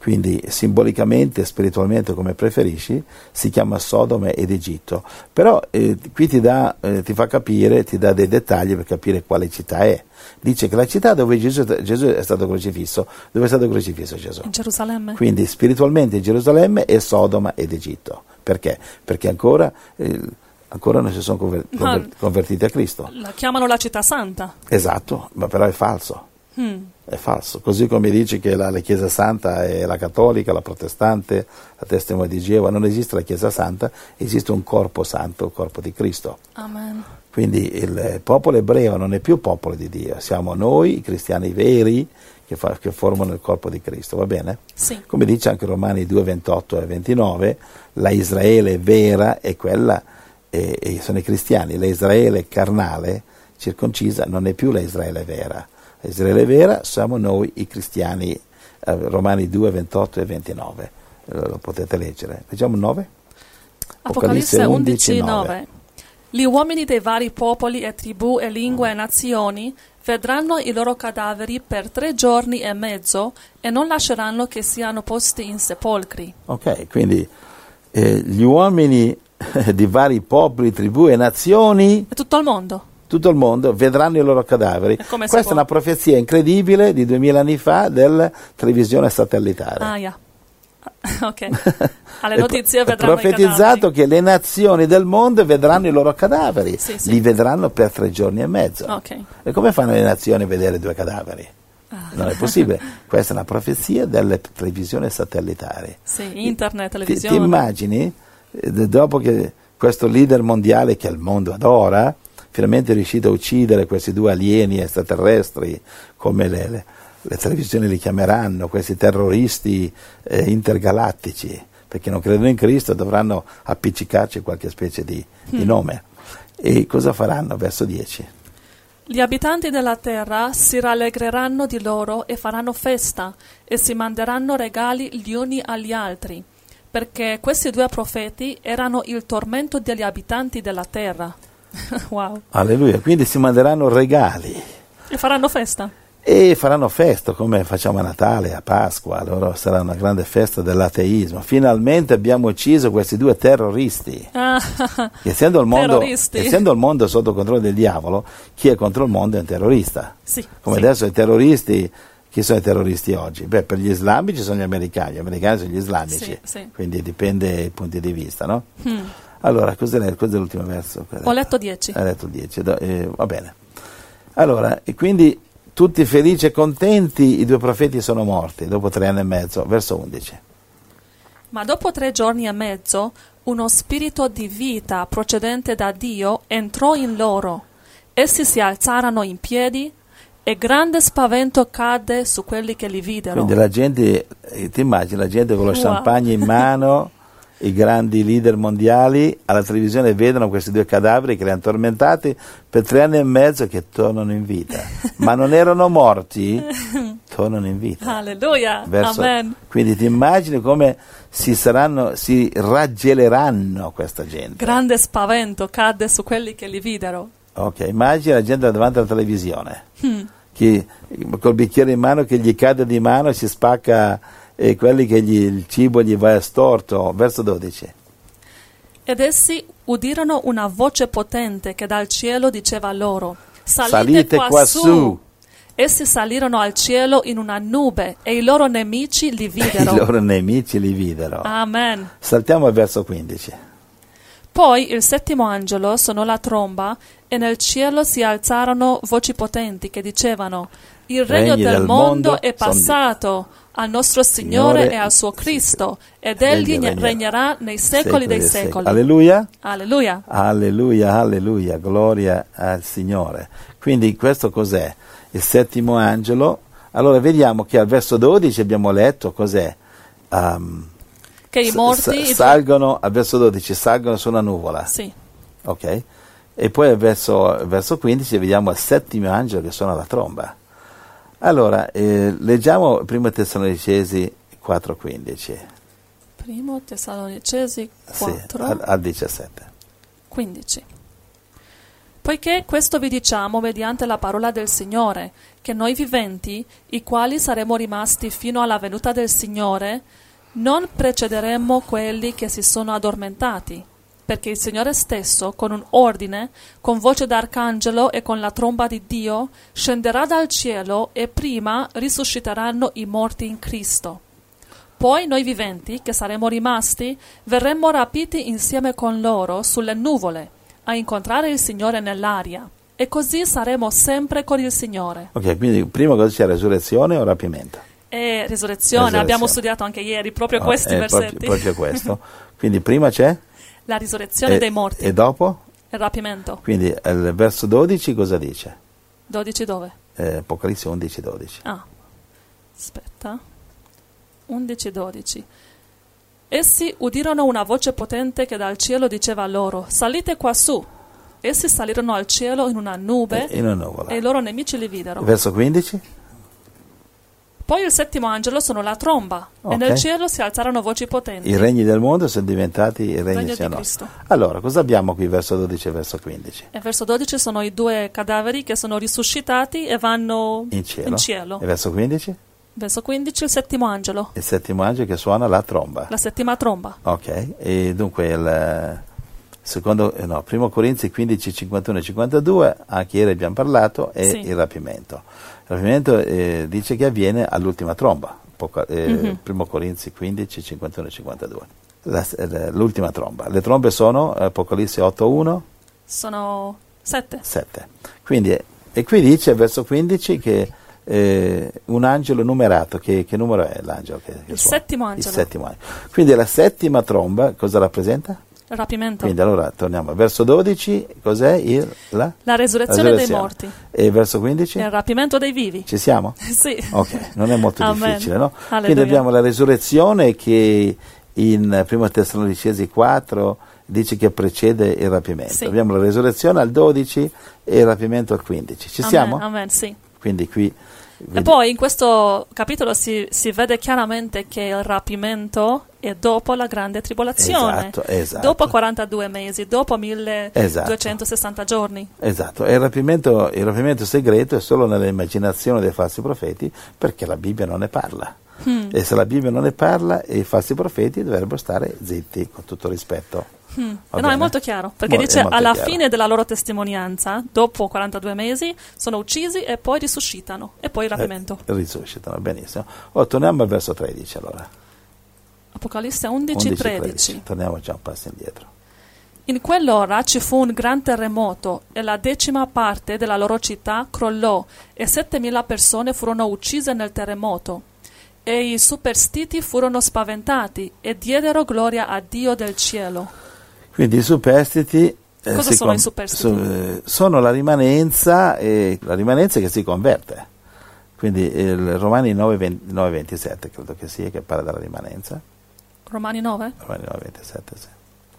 quindi simbolicamente, spiritualmente, come preferisci, si chiama Sodoma ed Egitto. Però eh, qui ti, dà, eh, ti fa capire, ti dà dei dettagli per capire quale città è. Dice che la città dove Gesù, Gesù è stato crocifisso, dove è stato crocifisso Gesù? In Gerusalemme. Quindi spiritualmente Gerusalemme è Sodoma ed Egitto. Perché? Perché ancora, eh, ancora non si sono conver- conver- convertiti a Cristo. La chiamano la città santa. Esatto, ma però è falso. Mm. È falso, così come dici che la, la Chiesa Santa è la cattolica, la protestante, la testimone di Geova, non esiste la Chiesa Santa, esiste un corpo santo, il corpo di Cristo. Amen. Quindi il popolo ebreo non è più popolo di Dio, siamo noi, i cristiani veri, che, fa, che formano il corpo di Cristo, va bene? Sì. Come dice anche Romani due, ventotto e ventinove, la Israele vera è quella, e, e sono i cristiani, la Israele carnale, circoncisa, non è più la Israele vera. Israele vera siamo noi i cristiani, eh, Romani due, ventotto e ventinove, eh, lo potete leggere. Leggiamo nove? Apocalisse undici, nove. Gli uomini dei vari popoli e tribù e lingue e nazioni vedranno i loro cadaveri per tre giorni e mezzo e non lasceranno che siano posti in sepolcri. Ok, quindi eh, gli uomini di vari popoli, tribù e nazioni... E tutto il mondo. Tutto il mondo vedranno i loro cadaveri. Questa può? è una profezia incredibile di duemila anni fa della televisione satellitare. Ah, yeah. Ok. Alle notizie vedranno profetizzato che le nazioni del mondo vedranno i loro cadaveri. Sì, sì. Li vedranno per tre giorni e mezzo. Okay. E come fanno le nazioni a vedere due cadaveri? Ah. Non è possibile. Questa è una profezia delle televisioni satellitari. Sì, internet, Ti, televisione. ti immagini, eh, dopo che questo leader mondiale che il mondo adora, finalmente è riuscito a uccidere questi due alieni extraterrestri, come le, le, le televisioni li chiameranno, questi terroristi eh, intergalattici, perché non credono in Cristo, dovranno appiccicarci qualche specie di, mm. di nome. E cosa faranno? Verso dieci. Gli abitanti della terra si rallegreranno di loro e faranno festa e si manderanno regali gli uni agli altri, perché questi due profeti erano il tormento degli abitanti della terra. Wow. Alleluia, quindi si manderanno regali. E faranno festa. E faranno festa come facciamo a Natale, a Pasqua, allora sarà una grande festa dell'ateismo. Finalmente abbiamo ucciso questi due terroristi. Ah, essendo, il mondo, essendo il mondo sotto controllo del diavolo, chi è contro il mondo è un terrorista. Sì, come sì. Adesso i terroristi, chi sono i terroristi oggi? Beh, per gli islamici sono gli americani, gli americani sono gli islamici, sì, sì. Quindi dipende dai punti di vista, no? Hmm. Allora, cos'è, cos'è l'ultimo verso? Ho letto dieci. Hai letto dieci, eh, va bene. Allora, e quindi tutti felici e contenti, i due profeti sono morti dopo tre anni e mezzo, verso undici. Ma dopo tre giorni e mezzo, uno spirito di vita procedente da Dio entrò in loro. Essi si alzarono in piedi e grande spavento cadde su quelli che li videro. Quindi la gente, eh, ti immagini, la gente con lo Wow. champagne in mano, i grandi leader mondiali alla televisione vedono questi due cadaveri che li hanno tormentati per tre anni e mezzo, che tornano in vita, ma non erano morti, tornano in vita. Alleluia, Verso, amen. quindi ti immagini come si saranno, si raggeleranno questa gente. Grande spavento cadde su quelli che li videro. Ok, immagina la gente davanti alla televisione, Hmm. che col bicchiere in mano che gli cade di mano e si spacca, e quelli che gli, il cibo gli va storto. Verso dodici. Ed essi udirono una voce potente che dal cielo diceva loro: salite, salite qua, qua su. su. Essi salirono al cielo in una nube e i loro nemici li videro. I loro nemici li videro. Amen. Saltiamo al verso quindici. Poi il settimo angelo suonò la tromba e nel cielo si alzarono voci potenti che dicevano: il regno Regni del, del mondo, mondo è son passato al nostro Signore, Signore e al suo Cristo, ed egli egli regnerà regnerà nei secoli dei dei secoli. Alleluia. Alleluia. Alleluia, alleluia, gloria al Signore. Quindi questo cos'è? Il settimo angelo. Allora vediamo che al verso dodici abbiamo letto cos'è? Um, Che i morti... s- salgono, al verso dodici, salgono su una nuvola. Sì. Ok? E poi al verso, al verso quindici vediamo il settimo angelo che suona la tromba. Allora, eh, leggiamo primo Tessalonicesi quattro quindici. Primo Tessalonicesi quattro. Sì, al, al diciassette. quindici. Poiché questo vi diciamo mediante la parola del Signore, che noi viventi, i quali saremo rimasti fino alla venuta del Signore, non precederemo quelli che si sono addormentati, perché il Signore stesso, con un ordine, con voce d'arcangelo e con la tromba di Dio, scenderà dal cielo e prima risusciteranno i morti in Cristo. Poi noi viventi, che saremo rimasti, verremo rapiti insieme con loro sulle nuvole, a incontrare il Signore nell'aria, e così saremo sempre con il Signore. Ok, quindi prima cosa c'è, resurrezione o rapimento? E risurrezione, Resurrezione. abbiamo studiato anche ieri proprio Oh, questi eh, versetti. Proprio, proprio questo. Quindi prima c'è? La risurrezione e, dei morti. E dopo? Il rapimento. Quindi il verso dodici cosa dice? dodici dove? Eh, Apocalisse undici dodici. Ah, aspetta. undici dodici. Essi udirono una voce potente che dal cielo diceva loro: salite quassù. Essi salirono al cielo in una nube In una nuvola. e i loro nemici li videro. Verso quindici? Poi il settimo angelo suonò la tromba, Ok. e nel cielo si alzarono voci potenti. I regni del mondo sono diventati i regni Regno di siano. Cristo. Allora, cosa abbiamo qui verso dodici e verso quindici? E verso dodici sono i due cadaveri che sono risuscitati e vanno In cielo. in cielo. E verso quindici? Verso quindici il settimo angelo, Il settimo angelo che suona la tromba. la settima tromba. Ok, e dunque il secondo, eh, no, primo Corinzi quindici, cinquantuno e cinquantadue, anche ieri abbiamo parlato, è Sì. il rapimento. Il rapimento eh, dice che avviene all'ultima tromba, poco, eh, Mhm. primo Corinzi quindici, cinquantuno e cinquantadue. La- eh, l'ultima tromba. Le trombe sono Apocalisse otto uno, Sono sette. sette. Quindi, e qui dice verso quindici che eh, un angelo numerato, che, che numero è l'angelo? Che, che Il suona? settimo angelo. Il settimo angelo. Quindi la settima tromba cosa rappresenta? Il rapimento. Quindi allora torniamo verso dodici, cos'è? Il, la? La resurrezione dei resurrezione. morti. E verso quindici? Il rapimento dei vivi. Ci siamo? Sì. Ok, non è molto Amen. difficile, no? Alleluia. Quindi abbiamo la resurrezione che in primo Tessalonicesi quattro dice che precede il rapimento. Sì. Abbiamo la resurrezione al dodici e il rapimento al quindici. Ci Amen, siamo? Amen, sì. Quindi qui... E vedi- poi in questo capitolo si, si vede chiaramente che il rapimento è dopo la grande tribolazione, Esatto, esatto. dopo quarantadue mesi, dopo milleduecentosessanta giorni. Esatto, e il rapimento, il rapimento segreto è solo nell'immaginazione dei falsi profeti, perché la Bibbia non ne parla. Mm. E se la Bibbia non ne parla, i falsi profeti dovrebbero stare zitti, con tutto rispetto. Mm. Va No, è bene? molto chiaro, perché Mo- è dice molto alla chiaro. fine della loro testimonianza, dopo quarantadue mesi, sono uccisi e poi risuscitano, e poi il rapimento. Eh, risuscitano, benissimo. Oh, torniamo al verso tredici allora. Apocalisse undici, undici, tredici. Torniamo già un passo indietro. In quell'ora ci fu un gran terremoto e la decima parte della loro città crollò e settemila persone furono uccise nel terremoto. E i superstiti furono spaventati e diedero gloria a Dio del cielo. Quindi i superstiti... eh, Cosa si sono con- i superstiti? so- eh, sono la rimanenza, eh, la rimanenza che si converte. Quindi il Romani nove ventisette credo che sia, che parla della rimanenza. Romani nove? Romani nove ventisette, sì.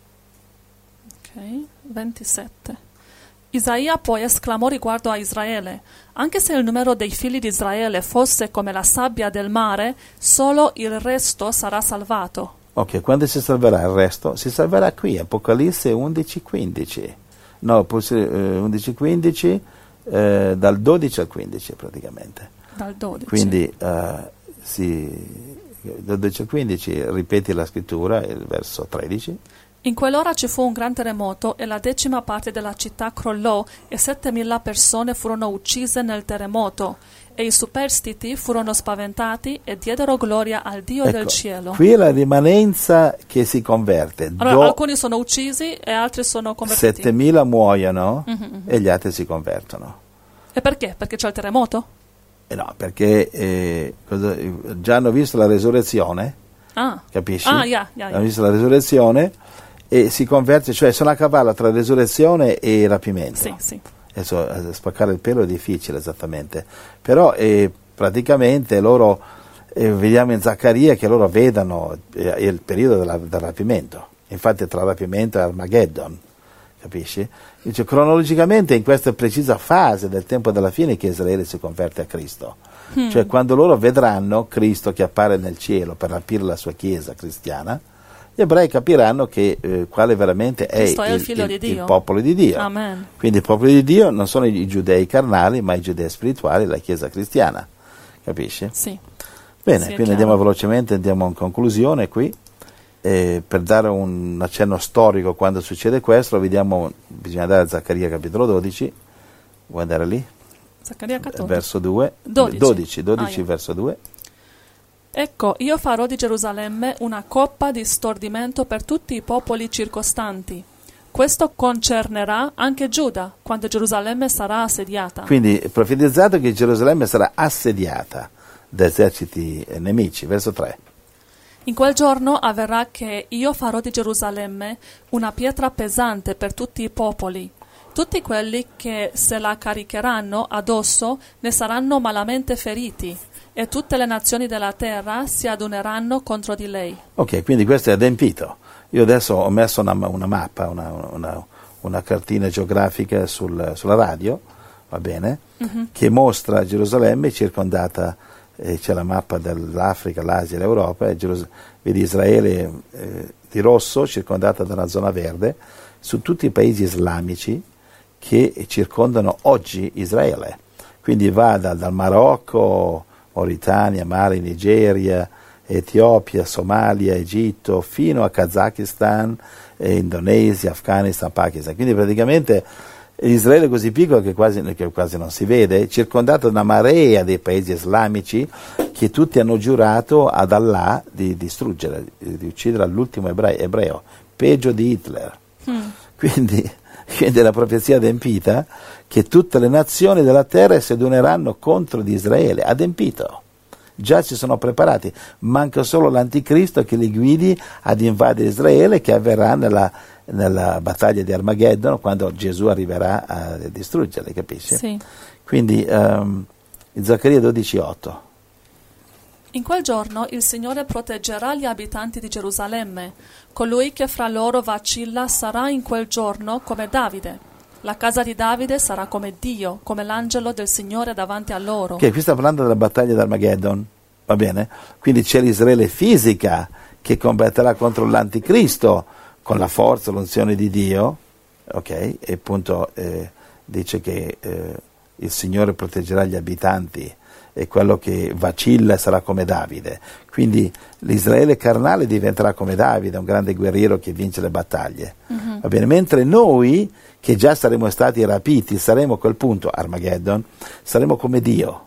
Ok, ventisette. Isaia poi esclamò riguardo a Israele: anche se il numero dei figli di Israele fosse come la sabbia del mare, solo il resto sarà salvato. Ok, quando si salverà il resto? Si salverà qui, Apocalisse undici quindici. No, poss- eh, undici quindici, eh, dal dodici al quindici praticamente. Dal dodici. Quindi eh, si, dal dodici al quindici ripeti la scrittura, il verso tredici. In quell'ora ci fu un gran terremoto e la decima parte della città crollò e settemila persone furono uccise nel terremoto e i superstiti furono spaventati e diedero gloria al Dio Ecco, del cielo. qui è la rimanenza che si converte. Allora, Do- alcuni sono uccisi e altri sono convertiti. settemila muoiono Mhm, mhm. e gli altri si convertono. E perché? Perché c'è il terremoto? Eh no, perché eh, cosa- già hanno visto la resurrezione, Ah, capisci? ah yeah, yeah, Hanno yeah. visto la resurrezione e si converte, cioè sono a cavallo tra resurrezione e rapimento. Sì, sì. Adesso eh, spaccare il pelo è difficile esattamente, però eh, praticamente loro, eh, vediamo in Zaccaria che loro vedano eh, il periodo della- del rapimento, infatti tra rapimento e Armageddon, capisci? Dice, cronologicamente in questa precisa fase del tempo della fine che Israele si converte a Cristo, Hmm. cioè quando loro vedranno Cristo che appare nel cielo per rapire la sua chiesa cristiana, gli ebrei capiranno che eh, quale veramente è, Cristo è il il, figlio il, di Dio. il popolo di Dio. Amen. Quindi il popolo di Dio non sono i giudei carnali, ma i giudei spirituali, la Chiesa cristiana. Capisci? Sì. Bene, Sì, quindi chiaro. andiamo velocemente, andiamo in conclusione qui. Eh, per dare un accenno storico quando succede questo, lo vediamo, bisogna andare a Zaccaria capitolo dodici. Vuoi andare lì? Zaccaria quattordici. Verso due. dodici. dodici, dodici Ah, yeah. verso due. Ecco, io farò di Gerusalemme una coppa di stordimento per tutti i popoli circostanti. Questo concernerà anche Giuda, quando Gerusalemme sarà assediata. Quindi è profetizzato che Gerusalemme sarà assediata da eserciti nemici. Verso tre. In quel giorno avverrà che io farò di Gerusalemme una pietra pesante per tutti i popoli. Tutti quelli che se la caricheranno addosso ne saranno malamente feriti, e tutte le nazioni della terra si adoneranno contro di lei. Ok, quindi questo è adempito. Io adesso ho messo una, una mappa, una, una, una cartina geografica sul, sulla radio, va bene, mm-hmm. che mostra Gerusalemme circondata, eh, c'è la mappa dell'Africa, l'Asia e l'Europa, e Gerus- vedi Israele eh, di rosso circondata da una zona verde, su tutti i paesi islamici che circondano oggi Israele. Quindi va da, dal Marocco, Mauritania, Mali, Nigeria, Etiopia, Somalia, Egitto, fino a Kazakistan, eh, Indonesia, Afghanistan, Pakistan. Quindi praticamente Israele è così piccolo che quasi, che quasi non si vede, circondato da una marea dei paesi islamici che tutti hanno giurato ad Allah di distruggere, di uccidere l'ultimo ebreo, ebreo peggio di Hitler. Mm. Quindi, quindi è la profezia adempita che tutte le nazioni della terra si adoneranno contro di Israele, adempito. Già si sono preparati, manca solo l'anticristo che li guidi ad invadere Israele, che avverrà nella, nella battaglia di Armageddon, quando Gesù arriverà a distruggerli, capisci? Sì. Quindi um, Zaccaria dodici otto. In quel giorno il Signore proteggerà gli abitanti di Gerusalemme. Colui che fra loro vacilla sarà in quel giorno come Davide. La casa di Davide sarà come Dio, come l'angelo del Signore davanti a loro. Ok, qui sta parlando della battaglia di Armageddon, va bene? Quindi c'è l'Israele fisica che combatterà contro l'anticristo con la forza, l'unzione di Dio, ok? E appunto eh, dice che eh, il Signore proteggerà gli abitanti e quello che vacilla sarà come Davide. Quindi l'Israele carnale diventerà come Davide, un grande guerriero che vince le battaglie. Uh-huh. Va bene? Mentre noi, che già saremo stati rapiti, saremo a quel punto, Armageddon, saremo come Dio,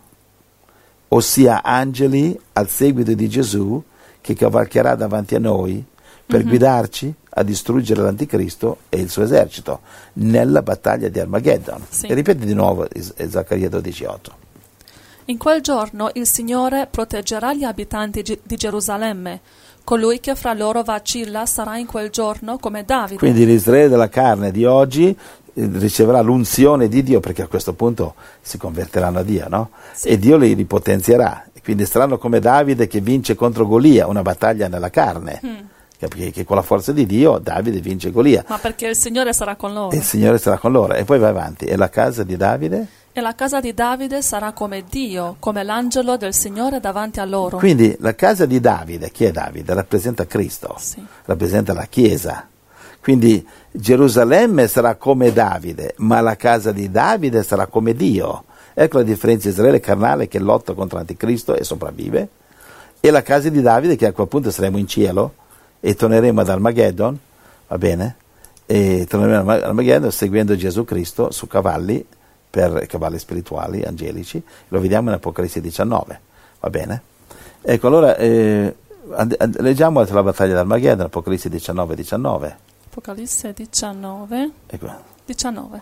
ossia angeli al seguito di Gesù che cavalcherà davanti a noi per uh-huh. guidarci a distruggere l'anticristo e il suo esercito nella battaglia di Armageddon. Sì. E ripeti di nuovo Zaccaria dodici otto. In quel giorno il Signore proteggerà gli abitanti di Gerusalemme. Colui che fra loro vacilla sarà in quel giorno come Davide. Quindi l'Israele della carne di oggi riceverà l'unzione di Dio, perché a questo punto si convertiranno a Dio, no? Sì. E Dio li ripotenzierà. Quindi saranno come Davide che vince contro Golia, una battaglia nella carne. Mm. Che, che con la forza di Dio Davide vince Golia. Ma perché il Signore sarà con loro. E il Signore sarà con loro. E poi va avanti. E la casa di Davide? E la casa di Davide sarà come Dio, come l'angelo del Signore davanti a loro. Quindi la casa di Davide, chi è Davide? Rappresenta Cristo, sì. Rappresenta la Chiesa. Quindi Gerusalemme sarà come Davide, ma la casa di Davide sarà come Dio. Ecco la differenza: Israele carnale che lotta contro l'anticristo e sopravvive, e la casa di Davide che a quel punto saremo in cielo e torneremo ad Armageddon, va bene? E torneremo ad Armageddon seguendo Gesù Cristo su cavalli, per cavalli spirituali, angelici. Lo vediamo in Apocalisse diciannove, va bene? Ecco, allora eh, and- and- leggiamo la battaglia di Armageddon, Apocalisse diciannove diciannove. Apocalisse diciannove, ecco. diciannove.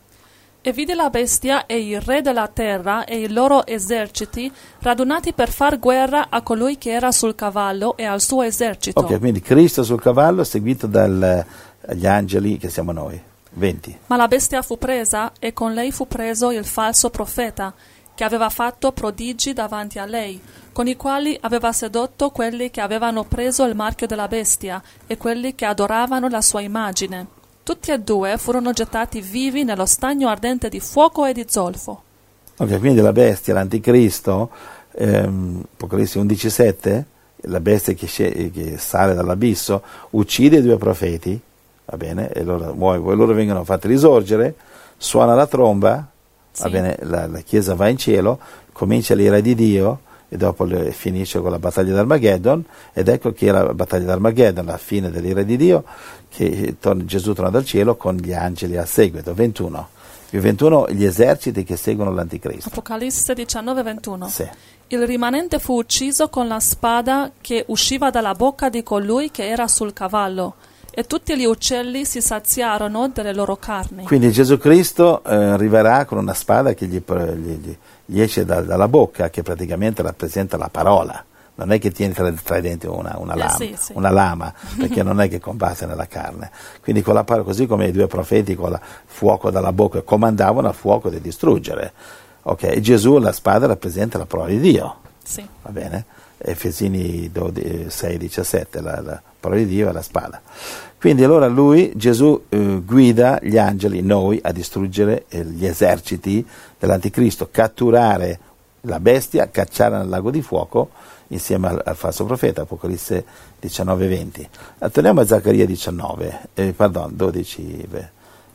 E vide la bestia e i re della terra e i loro eserciti radunati per far guerra a colui che era sul cavallo e al suo esercito. Ok, quindi Cristo sul cavallo seguito dagli angeli che siamo noi. venti. Ma la bestia fu presa e con lei fu preso il falso profeta che aveva fatto prodigi davanti a lei, con i quali aveva sedotto quelli che avevano preso il marchio della bestia e quelli che adoravano la sua immagine. Tutti e due furono gettati vivi nello stagno ardente di fuoco e di zolfo. Ok, quindi la bestia, l'anticristo, ehm, Apocalisse undici sette, la bestia che, sc- che sale dall'abisso, uccide i due profeti, va bene, e loro, muoiono, loro vengono fatti risorgere, suona la tromba, Sì. va bene, la, la Chiesa va in cielo, comincia l'ira di Dio e dopo le, finisce con la battaglia d'Armageddon, ed ecco che la battaglia d'Armageddon, la fine dell'ira di Dio, che torna, Gesù torna dal cielo con gli angeli a seguito. ventuno. Il ventuno, gli eserciti che seguono l'Anticristo. Apocalisse diciannove ventuno. Sì. Il rimanente fu ucciso con la spada che usciva dalla bocca di colui che era sul cavallo, e tutti gli uccelli si saziarono delle loro carni. Quindi Gesù Cristo eh, arriverà con una spada che gli, gli, gli esce da, dalla bocca, che praticamente rappresenta la parola. Non è che tiene tra, tra i denti una, una, Eh, lama, sì, sì. una lama, perché non è che combatte nella carne. Quindi con la parola, così come i due profeti con il fuoco dalla bocca comandavano il fuoco di distruggere. Ok, Gesù, la spada rappresenta la parola di Dio. Sì. Va bene? Efesini sei diciassette, la, la parola di Dio è la spada. Quindi allora lui, Gesù, eh, guida gli angeli, noi, a distruggere eh, gli eserciti dell'Anticristo, catturare la bestia, cacciarla nel lago di fuoco insieme al, al falso profeta, Apocalisse diciannove venti. Torniamo a Zaccaria diciannove, eh, pardon, dodici, beh,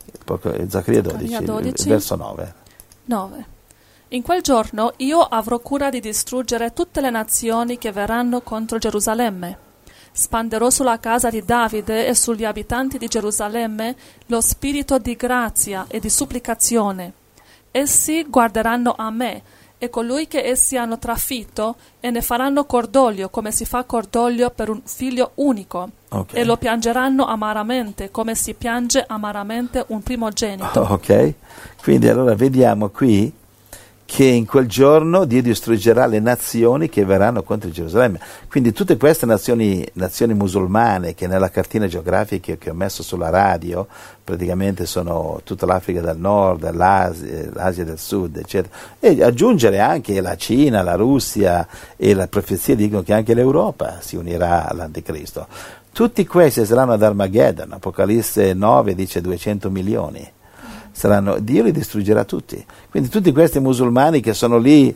Zaccaria dodici, Zaccaria dodici. verso nove. nove. In quel giorno io avrò cura di distruggere tutte le nazioni che verranno contro Gerusalemme. Spanderò sulla casa di Davide e sugli abitanti di Gerusalemme lo spirito di grazia e di supplicazione. Essi guarderanno a me e colui che essi hanno trafitto, e ne faranno cordoglio come si fa cordoglio per un figlio unico. Okay. E lo piangeranno amaramente come si piange amaramente un primogenito. Ok, quindi allora vediamo qui che in quel giorno Dio distruggerà le nazioni che verranno contro Gerusalemme. Quindi tutte queste nazioni, nazioni musulmane che nella cartina geografica che ho messo sulla radio, praticamente sono tutta l'Africa del Nord, l'Asia, l'Asia del Sud, eccetera. E aggiungere anche la Cina, la Russia, e la profezia dicono che anche l'Europa si unirà all'Anticristo. Tutti questi saranno ad Armageddon, Apocalisse nove dice duecento milioni. Saranno, Dio li distruggerà tutti. Quindi tutti questi musulmani che sono lì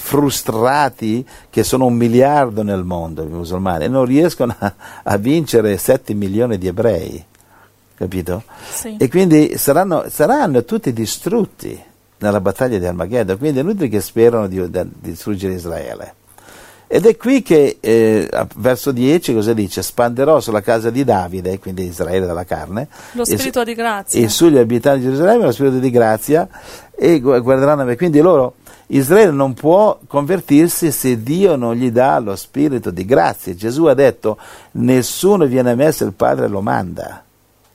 frustrati, che sono un miliardo nel mondo, i musulmani, e non riescono a, a vincere sette milioni di ebrei, capito? Sì. E quindi saranno, saranno tutti distrutti nella battaglia di Armageddon, quindi è inutile che sperano di, di distruggere Israele. Ed è qui che, eh, verso dieci, cosa dice? Spanderò sulla casa di Davide, quindi Israele della carne, Lo spirito e, di grazia. e sugli abitanti di Gerusalemme lo spirito di grazia, e guarderanno a me. Quindi loro, Israele non può convertirsi se Dio non gli dà lo spirito di grazia. Gesù ha detto, nessuno viene a me se il Padre lo manda.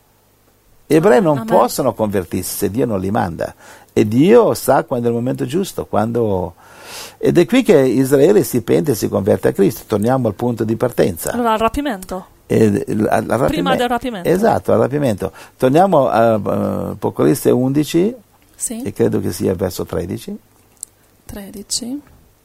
Gli ebrei non Amen. possono convertirsi se Dio non li manda. E Dio sa quando è il momento giusto, quando... Ed è qui che Israele si pente e si converte a Cristo. Torniamo al punto di partenza. Allora, al rapimento. E, al, al rapime- Prima del rapimento. Esatto, al rapimento. Torniamo a uh, Apocalisse undici, Sì. e credo che sia il verso tredici. tredici.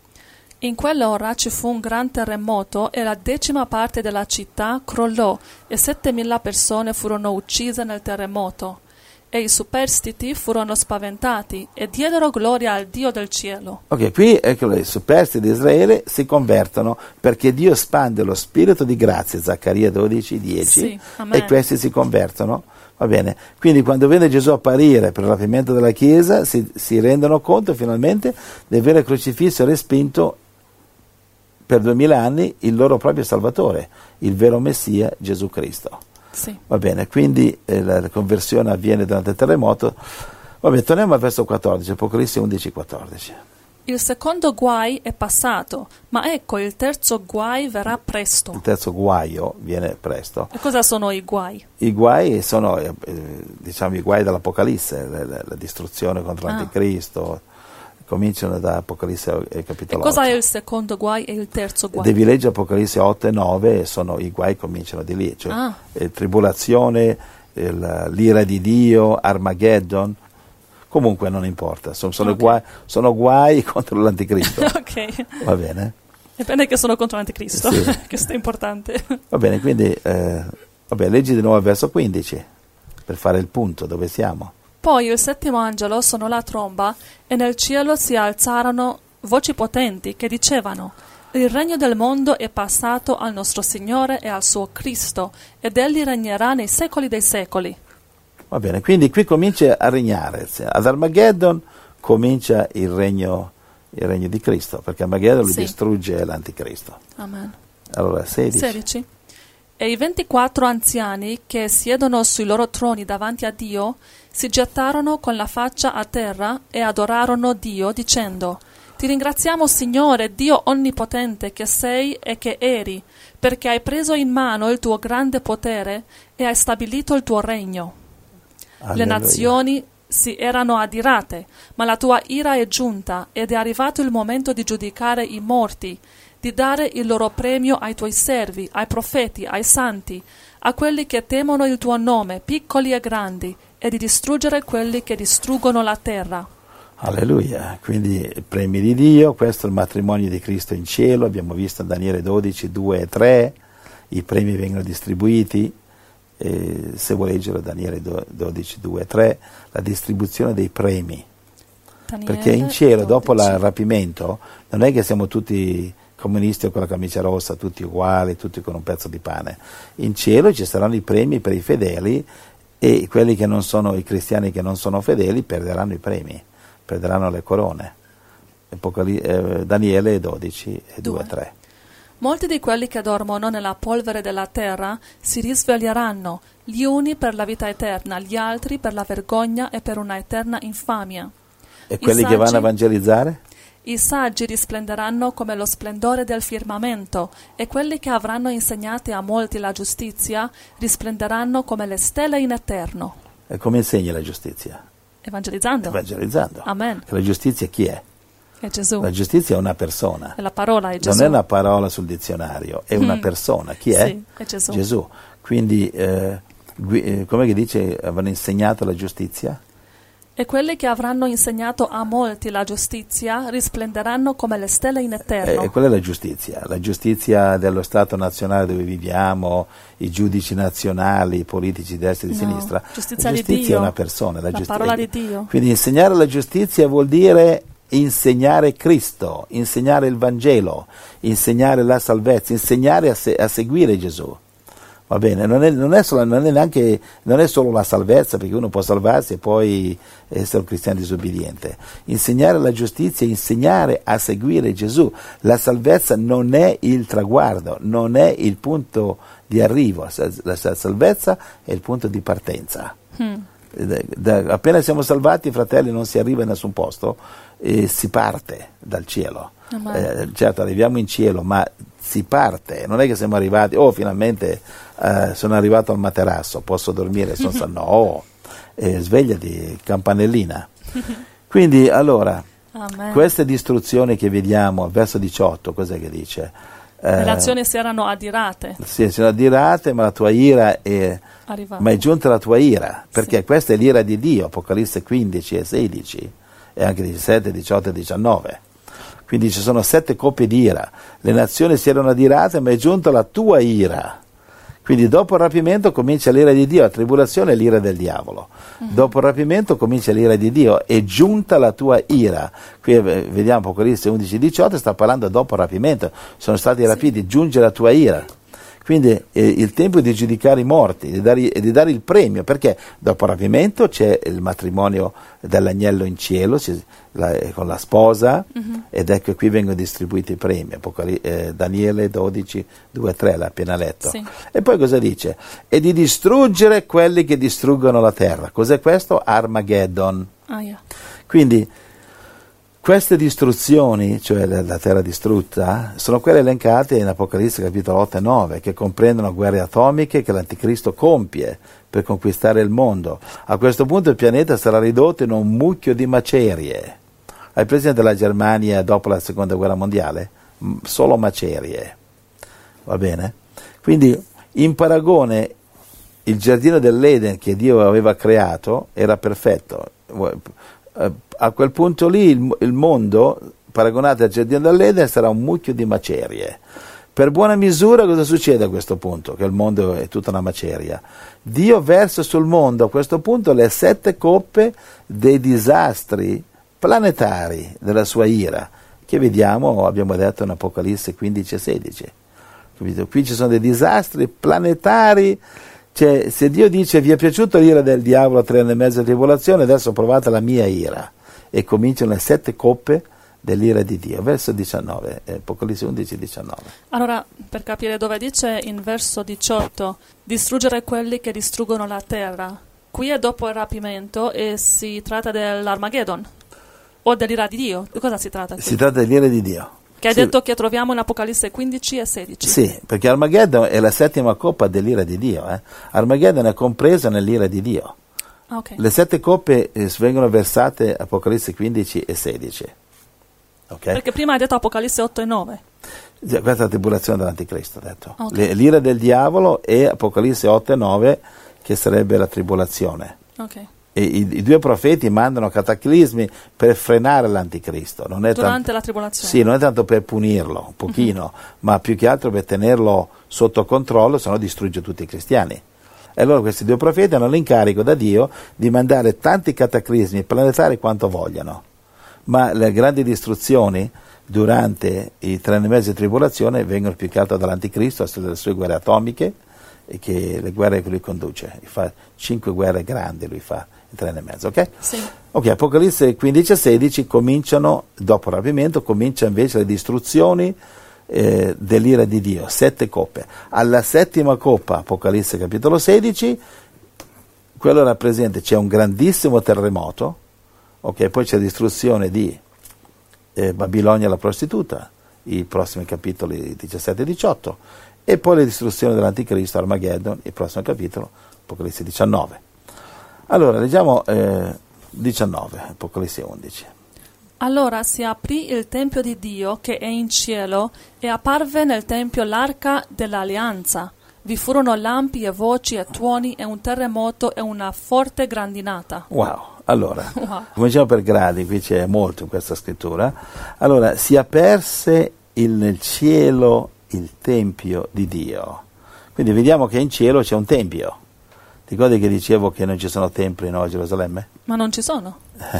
In quell'ora ci fu un gran terremoto e la decima parte della città crollò e settemila persone furono uccise nel terremoto. E i superstiti furono spaventati e diedero gloria al Dio del cielo. Ok, qui ecco, i superstiti di Israele si convertono perché Dio spande lo spirito di grazia, Zaccaria dodici dieci, Sì, amen. e questi si convertono. Va bene, quindi quando vede Gesù apparire per il rapimento della Chiesa si, si rendono conto finalmente di avere crocifisso e respinto per duemila anni il loro proprio Salvatore, il vero Messia Gesù Cristo. Sì. Va bene, quindi eh, la, la conversione avviene durante il terremoto. Va bene, torniamo al verso quattordici, Apocalisse undici quattordici. Il secondo guai è passato, ma ecco il terzo guai verrà presto. Il terzo guaio viene presto. E cosa sono i guai? I guai sono eh, diciamo i guai dell'Apocalisse, la, la, la distruzione contro Ah. l'Anticristo, cominciano da Apocalisse eh, E capitolo cosa otto. è il secondo guai e il terzo guai? Devi leggere Apocalisse otto e nove, sono i guai cominciano di lì, cioè Ah. eh, tribolazione, il, l'ira di Dio, Armageddon. Comunque non importa, sono, sono, Ok. guai, sono guai contro l'Anticristo. Ok. Va bene? È bene che sono contro l'Anticristo, Sì. questo è importante. Va bene, quindi eh, vabbè, leggi di nuovo il verso quindici per fare il punto dove siamo. Poi il settimo angelo suonò la tromba e nel cielo si alzarono voci potenti che dicevano: Il regno del mondo è passato al nostro Signore e al suo Cristo, ed Egli regnerà nei secoli dei secoli. Va bene, quindi qui comincia a regnare. Ad Armageddon comincia il regno, il regno di Cristo, perché Armageddon lui Sì. distrugge l'anticristo. Amen. Allora, sedici. sedici. E i ventiquattro anziani che siedono sui loro troni davanti a Dio si gettarono con la faccia a terra e adorarono Dio dicendo: Ti ringraziamo, Signore, Dio onnipotente che sei e che eri, perché hai preso in mano il tuo grande potere e hai stabilito il tuo regno. Alleluia. Le nazioni si erano adirate, ma la tua ira è giunta ed è arrivato il momento di giudicare i morti, di dare il loro premio ai tuoi servi, ai profeti, ai santi, a quelli che temono il tuo nome, piccoli e grandi, e di distruggere quelli che distruggono la terra. Alleluia, quindi premi di Dio, questo è il matrimonio di Cristo in cielo, abbiamo visto in Daniele dodici, due e tre, i premi vengono distribuiti, eh, se vuoi leggere Daniele dodici, due e tre, la distribuzione dei premi, Daniele perché in cielo dopo dodici. il rapimento non è che siamo tutti comunisti o con la camicia rossa, tutti uguali, tutti con un pezzo di pane, in cielo ci saranno i premi per i fedeli e quelli che non sono, i cristiani che non sono fedeli perderanno i premi, perderanno le corone. Apocali- eh, Daniele dodici, due e tre. Molti di quelli che dormono nella polvere della terra si risveglieranno, gli uni per la vita eterna, gli altri per la vergogna e per una eterna infamia. E quelli che vanno a saggi- evangelizzare? I saggi risplenderanno come lo splendore del firmamento, e quelli che avranno insegnato a molti la giustizia risplenderanno come le stelle in eterno. E come insegni la giustizia? Evangelizzando. Evangelizzando. Amen. Che la giustizia chi è? È Gesù. La giustizia è una persona. E la parola è Gesù. Non è una parola sul dizionario, è una Mm. persona. Chi è? Sì, è Gesù. Gesù. Quindi, eh, gui- eh, come che dice, avranno insegnato la giustizia? E quelli che avranno insegnato a molti la giustizia risplenderanno come le stelle in eterno. E qual è la giustizia? La giustizia dello Stato nazionale dove viviamo, i giudici nazionali, i politici di destra e di No, sinistra. giustizia la di giustizia Dio. è una persona. La, La giusti- parola di Dio. Quindi insegnare la giustizia vuol dire insegnare Cristo, insegnare il Vangelo, insegnare la salvezza, insegnare a, se- a seguire Gesù. Va bene, non è, non, è solo, non, è neanche, non è solo la salvezza, perché uno può salvarsi e poi essere un cristiano disobbediente. Insegnare la giustizia, insegnare a seguire Gesù. La salvezza non è il traguardo, non è il punto di arrivo, la salvezza è il punto di partenza. Mm. Da, da, appena siamo salvati, fratelli, non si arriva in nessun posto, e si parte dal cielo. Eh, certo, arriviamo in cielo, ma si parte, non è che siamo arrivati, oh finalmente eh, sono arrivato al materasso, posso dormire, sono sa- no, eh, svegliati, campanellina. Quindi allora, Amen. queste distruzioni che vediamo al verso diciotto, cos'è che dice? Eh, Le nazioni si erano adirate. Sì, sono adirate, ma la tua ira è, Arrivate. ma è giunta la tua ira, perché Sì. questa è l'ira di Dio, Apocalisse quindici e sedici, e anche diciassette, diciotto e diciannove. Quindi ci sono sette coppie di ira. Le nazioni si erano adirate, ma è giunta la tua ira. Quindi dopo il rapimento comincia l'ira di Dio, la tribolazione è l'ira del diavolo. Uh-huh. Dopo il rapimento comincia l'ira di Dio, è giunta la tua ira. Qui vediamo Apocalisse undici diciotto, sta parlando dopo il rapimento. Sono stati sì. rapiti, giunge la tua ira. Quindi eh, il tempo di giudicare i morti, di dare, di dare il premio, perché dopo il rapimento c'è il matrimonio dell'agnello in cielo ci, la, con la sposa, uh-huh. ed ecco qui vengono distribuiti i premi, Apocali- eh, Daniele dodici, due e tre, l'ha appena letto. Sì. E poi cosa dice? E di distruggere quelli che distruggono la terra. Cos'è questo? Armageddon. Ah, yeah. Quindi queste distruzioni, cioè la terra distrutta, sono quelle elencate in Apocalisse capitolo otto e nove, che comprendono guerre atomiche che l'anticristo compie per conquistare il mondo. A questo punto il pianeta sarà ridotto in un mucchio di macerie. Hai presente la Germania dopo la seconda guerra mondiale? Solo macerie. Va bene? Quindi in paragone il giardino dell'Eden che Dio aveva creato era perfetto. A quel punto lì il, il mondo, paragonato al giardino dell'Eden, sarà un mucchio di macerie. Per buona misura cosa succede a questo punto? Che il mondo è tutta una maceria. Dio versa sul mondo a questo punto le sette coppe dei disastri planetari della sua ira. che vediamo, abbiamo detto, in Apocalisse quindici e sedici. Capito? Qui ci sono dei disastri planetari. Cioè, se Dio dice vi è piaciuto l'ira del diavolo, tre anni e mezzo di tribolazione, adesso provate la mia ira, e cominciano le sette coppe dell'ira di Dio, verso diciannove, Apocalisse undici diciannove. Allora, per capire dove dice in verso diciotto, distruggere quelli che distruggono la terra, qui è dopo il rapimento e si tratta dell'Armageddon, o dell'ira di Dio, di cosa si tratta qui? Si tratta dell'ira di Dio. Che hai sì. detto che troviamo in Apocalisse quindici e sedici. Sì, perché Armageddon è la settima coppa dell'ira di Dio. Eh? Armageddon è compresa nell'ira di Dio. Ah, okay. Le sette coppe eh, vengono versate Apocalisse quindici e sedici. Okay? Perché prima hai detto Apocalisse otto e nove. Questa è la tribolazione dell'anticristo, ho detto. Okay. Le, l'ira del diavolo e Apocalisse otto e nove, che sarebbe la tribolazione. Okay. E i, i due profeti mandano cataclismi per frenare l'anticristo. Non è Durante tanto, la tribolazione. Sì, non è tanto per punirlo, un pochino, uh-huh. ma più che altro per tenerlo sotto controllo, se no distrugge tutti i cristiani. E allora questi due profeti hanno l'incarico da Dio di mandare tanti cataclismi planetari quanto vogliano. Ma le grandi distruzioni durante i tre anni e mezzo di tribolazione vengono più che altro dall'anticristo, dalle sue guerre atomiche, e che le guerre che lui conduce. Fa cinque guerre grandi, lui fa in tre anni e mezzo, ok? Sì. Ok, Apocalisse quindici e sedici cominciano, dopo il rapimento, comincia invece le distruzioni eh, dell'ira di Dio, sette coppe. Alla settima coppa, Apocalisse capitolo sedici, quello rappresenta, c'è un grandissimo terremoto, ok, poi c'è la distruzione di eh, Babilonia la prostituta, i prossimi capitoli diciassette e diciotto, e poi la distruzione dell'anticristo, Armageddon, il prossimo capitolo, Apocalisse diciannove. Allora, leggiamo eh, diciannove, Apocalisse undici. Allora si aprì il tempio di Dio che è in cielo e apparve nel tempio l'arca dell'alleanza. Vi furono lampi e voci e tuoni e un terremoto e una forte grandinata. Wow, allora, wow. cominciamo per gradi, qui c'è molto in questa scrittura. Allora, si aperse il, nel cielo il tempio di Dio. Quindi vediamo che in cielo c'è un tempio. Ti ricordi che dicevo che non ci sono templi in Nuova Gerusalemme? Ma non ci sono.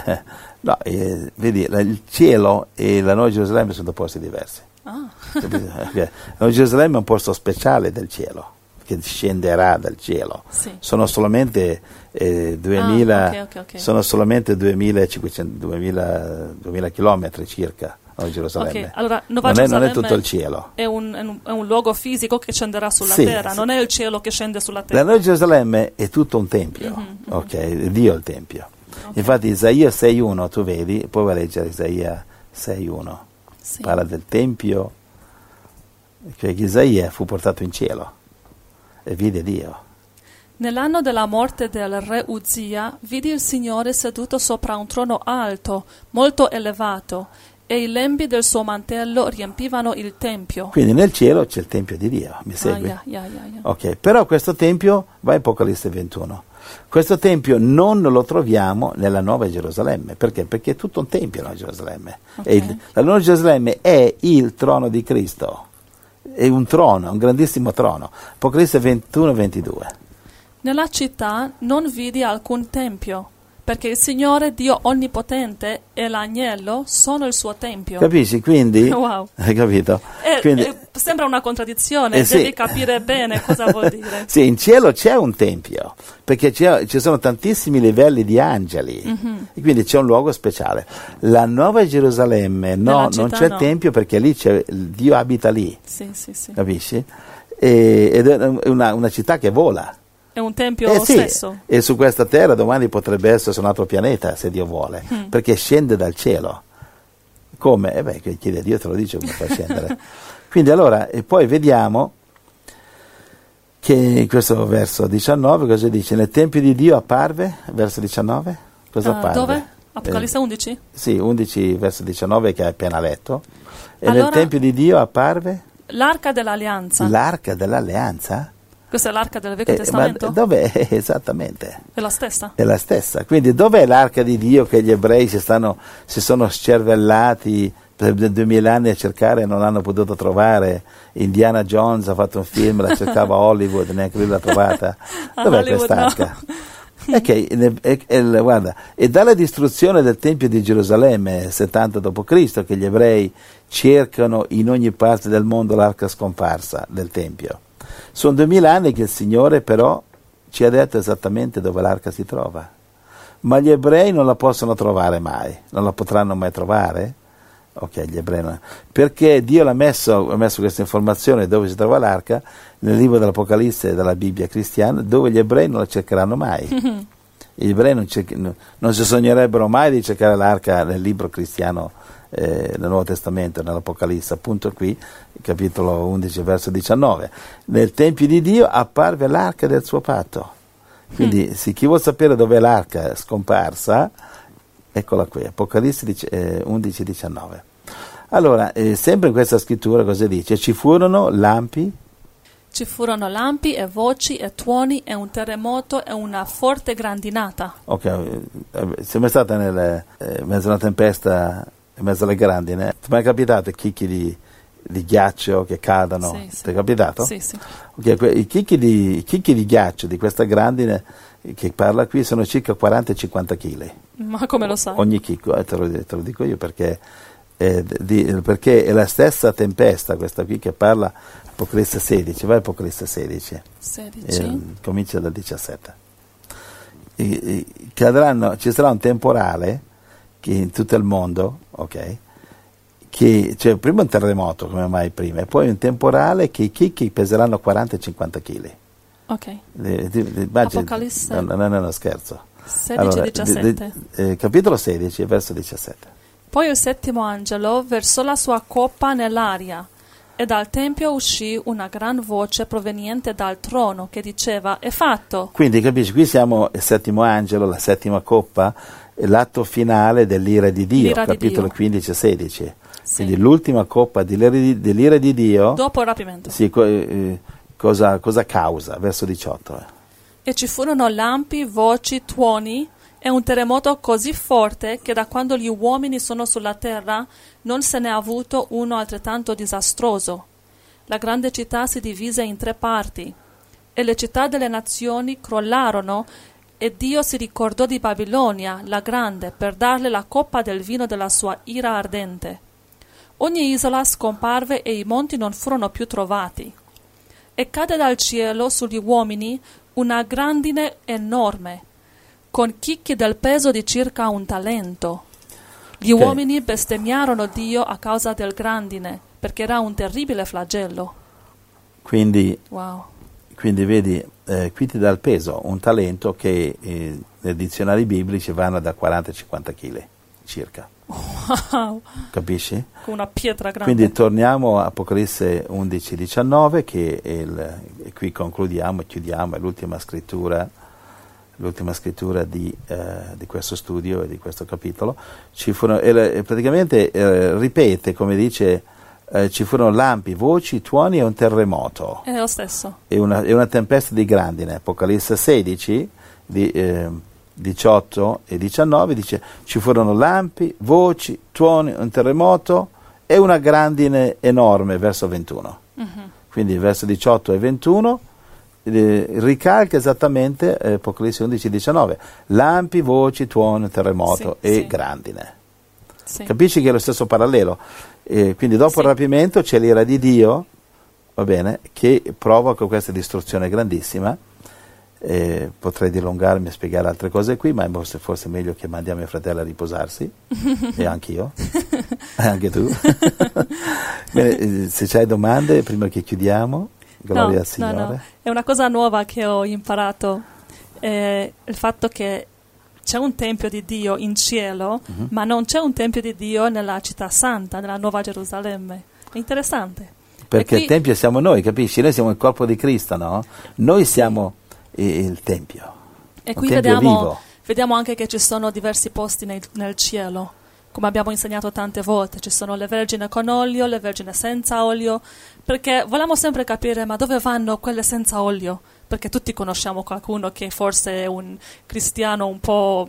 no, eh, vedi, il cielo e la Nuova Gerusalemme sono due posti diversi. Ah. Okay. La Nuova Gerusalemme è un posto speciale del cielo, che scenderà dal cielo. Sì. Sono solamente eh, duemila, ah, okay, okay, okay. sono solamente duemilacinquecento, duemila, duemila chilometri circa. Nuova Gerusalemme. Okay, allora, Nuova non, è, non Gerusalemme è tutto il cielo. È un, è, un, è un luogo fisico che scenderà sulla sì, terra, sì. non è il cielo che scende sulla terra. La Nuova Gerusalemme è tutto un tempio, mm-hmm, ok? Dio è il tempio. Okay. Infatti Isaia sei uno, tu vedi, poi vai a leggere Isaia sei uno, sì. Parla del tempio, cioè Isaia fu portato in cielo e vide Dio. Nell'anno della morte del re Uzia, vidi il Signore seduto sopra un trono alto, molto elevato, e i lembi del suo mantello riempivano il tempio. Quindi nel cielo c'è il tempio di Dio, mi segui? Ah, yeah, yeah, yeah. Ok, però questo tempio, va in Apocalisse ventuno, questo tempio non lo troviamo nella Nuova Gerusalemme. Perché? Perché è tutto un tempio la Nuova Gerusalemme. Okay. E la Nuova Gerusalemme è il trono di Cristo, è un trono, un grandissimo trono. Apocalisse ventuno ventidue. Nella città non vidi alcun tempio, perché il Signore Dio Onnipotente e l'Agnello sono il suo tempio. Capisci? Quindi, wow. Hai capito? Eh, Quindi, eh, sembra una contraddizione, eh, devi sì. capire bene cosa vuol dire. Sì, in cielo c'è un tempio, perché c'è, ci sono tantissimi livelli di angeli, mm-hmm. e quindi c'è un luogo speciale. La Nuova Gerusalemme, no, non c'è no. tempio, perché lì c'è, Dio abita lì. Sì, sì, sì. Capisci? E, ed è una, una città che vola. È un tempio eh sì, stesso. E su questa terra domani potrebbe essere su un altro pianeta, se Dio vuole, mm. perché scende dal cielo. Come? Eh beh, chiede a Dio, te lo dice come fa a scendere. Quindi allora, e poi vediamo che in questo verso diciannove cosa dice? Nel tempio di Dio apparve, verso diciannove? Cosa uh, apparve? Dove? Apocalisse undici? Eh, sì, undici verso diciannove che hai appena letto. E allora, nel tempio di Dio apparve? L'arca dell'alleanza. L'arca dell'alleanza? Questa è l'arca del Vecchio eh, Testamento? Ma dov'è? Esattamente. È la stessa? È la stessa. Quindi dov'è l'arca di Dio che gli ebrei si, stanno, si sono scervellati per duemila anni a cercare e non hanno potuto trovare? Indiana Jones ha fatto un film, la cercava Hollywood, neanche lui l'ha trovata. Dov'è Hollywood, quest'arca? No. è che, è, è, guarda, è dalla distruzione del Tempio di Gerusalemme, settanta dopo Cristo, che gli ebrei cercano in ogni parte del mondo l'arca scomparsa del Tempio. Sono duemila anni che il Signore però ci ha detto esattamente dove l'arca si trova, ma gli ebrei non la possono trovare mai, non la potranno mai trovare. Ok, gli ebrei non. Perché Dio l'ha messo, ha messo questa informazione dove si trova l'arca nel libro dell'Apocalisse della Bibbia cristiana, dove gli ebrei non la cercheranno mai. Gli ebrei non, cerch- non si sognerebbero mai di cercare l'arca nel libro cristiano, eh, nel Nuovo Testamento, nell'Apocalisse, appunto qui, capitolo undici, verso diciannove. Nel Tempio di Dio apparve l'arca del suo patto. Quindi, mm. se chi vuol sapere dov'è l'arca scomparsa, eccola qui, Apocalisse undici diciannove. Allora, eh, sempre in questa scrittura cosa dice? Ci furono lampi? Ci furono lampi e voci e tuoni e un terremoto e una forte grandinata. Ok, eh, siamo stati nel eh, mezzo alla tempesta, in mezzo alle grandine. Ti è mai capitato i chicchi di, di ghiaccio che cadono? Sì, sì. Ti è capitato? Sì, sì. Ok, que- i, chicchi di, i chicchi di ghiaccio di questa grandine che parla qui sono circa quaranta cinquanta chili. Ma come lo sai? Ogni chicco, eh, te, lo, te lo dico io perché, eh, di, perché è la stessa tempesta questa qui che parla Apocalisse sedici, vai Apocalisse sedici, sedici. Eh, comincia dal diciassette. I, i, cadranno, ci sarà un temporale che in tutto il mondo, ok? Che, cioè, prima un terremoto come mai prima, e poi un temporale che i chicchi peseranno quaranta cinquanta chili. Ok. Le, le, le, immagini, Apocalisse. Non, non è uno scherzo. sedici diciassette. Eh, capitolo sedici, verso diciassette. Poi il settimo angelo versò la sua coppa nell'aria, e dal tempio uscì una gran voce proveniente dal trono che diceva: è fatto. Quindi capisci, qui siamo il settimo angelo, la settima coppa, l'atto finale dell'ira di Dio, L'ira capitolo di Dio. quindici e sedici. Sì. Quindi l'ultima coppa dell'ira di, dell'ira di Dio. Dopo il rapimento. Sì, co- eh, cosa, cosa causa? Verso diciotto. Eh. E ci furono lampi, voci, tuoni e un terremoto così forte che da quando gli uomini sono sulla terra non se ne è avuto uno altrettanto disastroso. La grande città si divise in tre parti, e le città delle nazioni crollarono, e Dio si ricordò di Babilonia, la grande, per darle la coppa del vino della sua ira ardente. Ogni isola scomparve e i monti non furono più trovati. E cade dal cielo sugli uomini una grandine enorme, con chicchi del peso di circa un talento. Gli Okay. uomini bestemmiarono Dio a causa del grandine, perché era un terribile flagello. Quindi, Wow. quindi vedi, eh, qui ti dà il peso, un talento che eh, nei dizionari biblici vanno da quaranta a cinquanta chili circa. Wow. Capisci? Con una pietra grande. Quindi torniamo a Apocalisse undici diciannove, che è il, e qui concludiamo e chiudiamo, è l'ultima scrittura, l'ultima scrittura di, eh, di questo studio e di questo capitolo. Ci furono, e, e praticamente eh, ripete, come dice, eh, ci furono lampi, voci, tuoni e un terremoto. È lo stesso. E una, e una tempesta di grandine. Apocalisse sedici, di, eh, diciotto e diciannove dice: ci furono lampi, voci, tuoni, un terremoto e una grandine enorme, verso ventuno. Mhm. Quindi verso diciotto e ventuno eh, ricalca esattamente eh, Apocalisse undici diciannove: lampi, voci, tuoni, terremoto Sì, e sì. grandine. Sì. Capisci che è lo stesso parallelo? Eh, quindi dopo Sì. il rapimento c'è l'ira di Dio, va bene, che provoca questa distruzione grandissima. Eh, potrei dilungarmi e spiegare altre cose qui, ma forse, forse è meglio che mandiamo i fratelli a riposarsi, e anch'io, e anche tu. Bene, eh, se c'hai domande prima che chiudiamo, gloria No, al Signore. no, no. È una cosa nuova che ho imparato, eh, il fatto che c'è un tempio di Dio in cielo, Mhm. ma non c'è un tempio di Dio nella città santa, nella Nuova Gerusalemme. È interessante. Perché E qui- il Tempio siamo noi, capisci? Noi siamo il corpo di Cristo, no? Noi siamo il, il Tempio. E un qui tempio vediamo, vivo. vediamo anche che ci sono diversi posti nel, nel cielo, come abbiamo insegnato tante volte. Ci sono le vergini con olio, le vergini senza olio, perché vogliamo sempre capire, ma dove vanno quelle senza olio? Perché tutti conosciamo qualcuno che forse è un cristiano un po'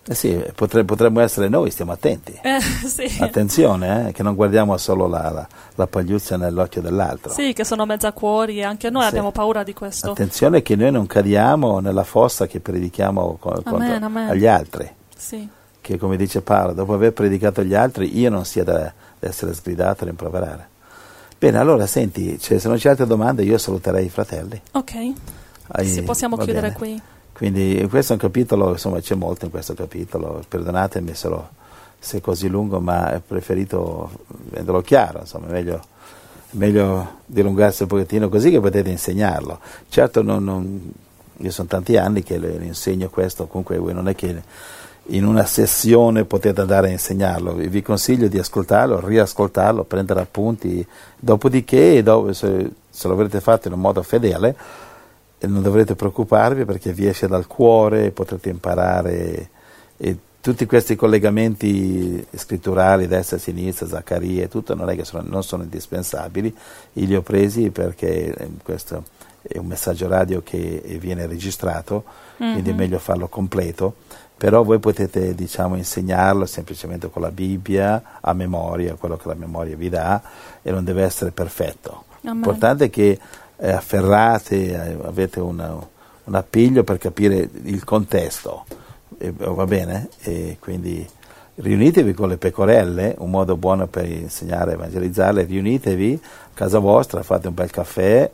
Eh sì, potre, potremmo essere noi, stiamo attenti. Eh, sì. Attenzione, eh, che non guardiamo solo la, la, la pagliuzza nell'occhio dell'altro. Sì, che sono mezzacuori e anche noi Sì. abbiamo paura di questo. Attenzione che noi non cadiamo nella fossa che predichiamo co- contro Amen, amen. agli altri. Sì. Che come dice Paolo, dopo aver predicato agli altri, io non sia da, da essere sgridato e rimproverare. Bene, allora senti, cioè, se non c'è altre domande io saluterei i fratelli. Ok, Hai- sì, possiamo va chiudere bene. qui. Quindi questo è un capitolo, insomma c'è molto in questo capitolo, perdonatemi se, lo, se è così lungo, ma è preferito renderlo chiaro, insomma è meglio, è meglio dilungarsi un pochettino così che potete insegnarlo. Certo non, non, io sono tanti anni che le, le insegno questo, comunque voi non è che in una sessione potete andare a insegnarlo, vi consiglio di ascoltarlo, riascoltarlo, prendere appunti, dopodiché dopo, se, se lo avrete fatto in un modo fedele, e non dovrete preoccuparvi perché vi esce dal cuore, potrete imparare e tutti questi collegamenti scritturali destra, sinistra, Zaccaria e tutto non è che sono, non sono indispensabili, io li ho presi perché questo è un messaggio radio che viene registrato, mm-hmm. quindi è meglio farlo completo, però voi potete diciamo insegnarlo semplicemente con la Bibbia a memoria, quello che la memoria vi dà, e non deve essere perfetto. L'importante è che Eh, afferrate, eh, avete una, un appiglio per capire il contesto, eh, va bene? E quindi riunitevi con le pecorelle, un modo buono per insegnare a evangelizzarle, riunitevi a casa vostra, fate un bel caffè,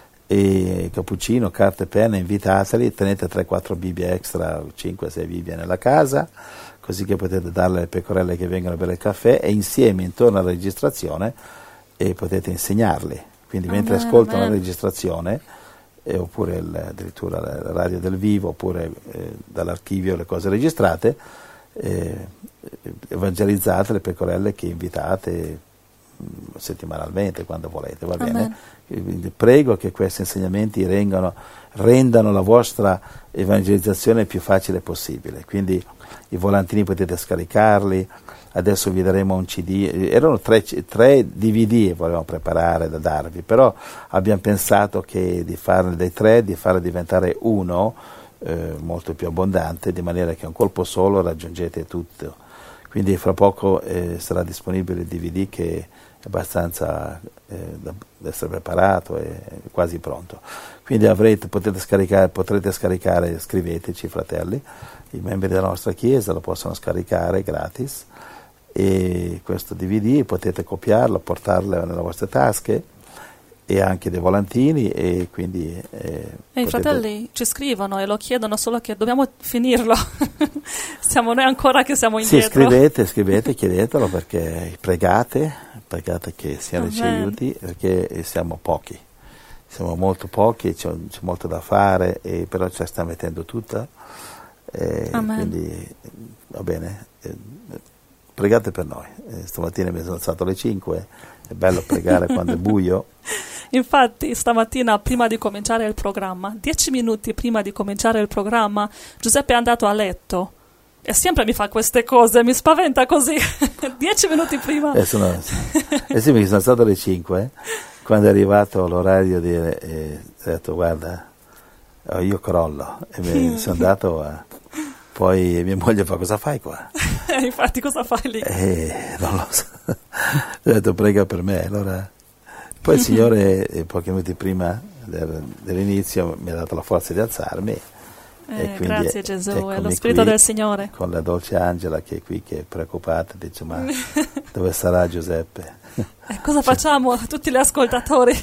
e cappuccino, carta e penna, invitateli, tenete tre quattro Bibbie extra, cinque sei Bibbie nella casa, così che potete darle alle pecorelle che vengono a bere il caffè, e insieme intorno alla registrazione e potete insegnarli. Quindi mentre Amen, ascoltano amen. la registrazione, eh, oppure il, addirittura la radio del vivo, oppure eh, dall'archivio le cose registrate, eh, evangelizzate le pecorelle che invitate mh, settimanalmente, quando volete, va Amen. bene? Quindi prego che questi insegnamenti rengano, rendano la vostra evangelizzazione più facile possibile. Quindi i volantini potete scaricarli. Adesso vi daremo un C D, erano tre, tre D V D che volevamo preparare da darvi, però abbiamo pensato che di farne dei tre, di farne diventare uno eh, molto più abbondante, di maniera che a un colpo solo raggiungete tutto. Quindi fra poco eh, sarà disponibile il D V D che è abbastanza eh, da, da essere preparato e quasi pronto. Quindi avrete, potete scaricare, potrete scaricare, scriveteci fratelli, i membri della nostra chiesa lo possono scaricare gratis, e questo D V D potete copiarlo, portarlo nelle vostre tasche, e anche dei volantini, e quindi eh, E potete... i fratelli ci scrivono e lo chiedono, solo che dobbiamo finirlo. Siamo noi ancora che siamo indietro. Sì, scrivete, scrivete, chiedetelo, perché pregate, pregate che il Signore ci Amen. aiuti, perché siamo pochi, siamo molto pochi, c'è, c'è molto da fare, e però ce la sta mettendo tutta, eh, quindi va bene. Eh, Pregate per noi. Eh, stamattina mi sono alzato alle cinque, è bello pregare quando è buio. Infatti stamattina, prima di cominciare il programma, dieci minuti prima di cominciare il programma, Giuseppe è andato a letto. E sempre mi fa queste cose, mi spaventa così. Dieci minuti prima. Eh, sono, eh sì, mi sono alzato alle cinque, quando è arrivato l'orario di... Eh, ho detto, guarda, oh, io crollo. E mi sono andato a... Poi mia moglie fa, cosa fai qua? Infatti cosa fai lì? Eh, non lo so. Ho detto, prega per me. Allora, poi il Signore, eh, pochi minuti prima del, dell'inizio, mi ha dato la forza di alzarmi. Eh, e quindi, grazie Gesù, è lo eccomi Spirito qui del Signore. Con la dolce Angela che è qui, che è preoccupata, dice, ma dove sarà Giuseppe? E cosa facciamo tutti gli ascoltatori?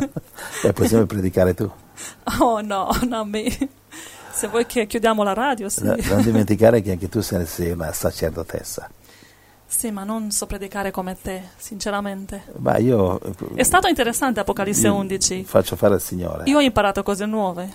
E possiamo predicare tu. Oh no, no me. Se vuoi che chiudiamo la radio, sì. No, non dimenticare che anche tu sei una sacerdotessa. Sì, ma non so predicare come te, sinceramente. Ma io... È stato interessante Apocalisse io undici. Faccio fare al Signore. Io ho imparato cose nuove.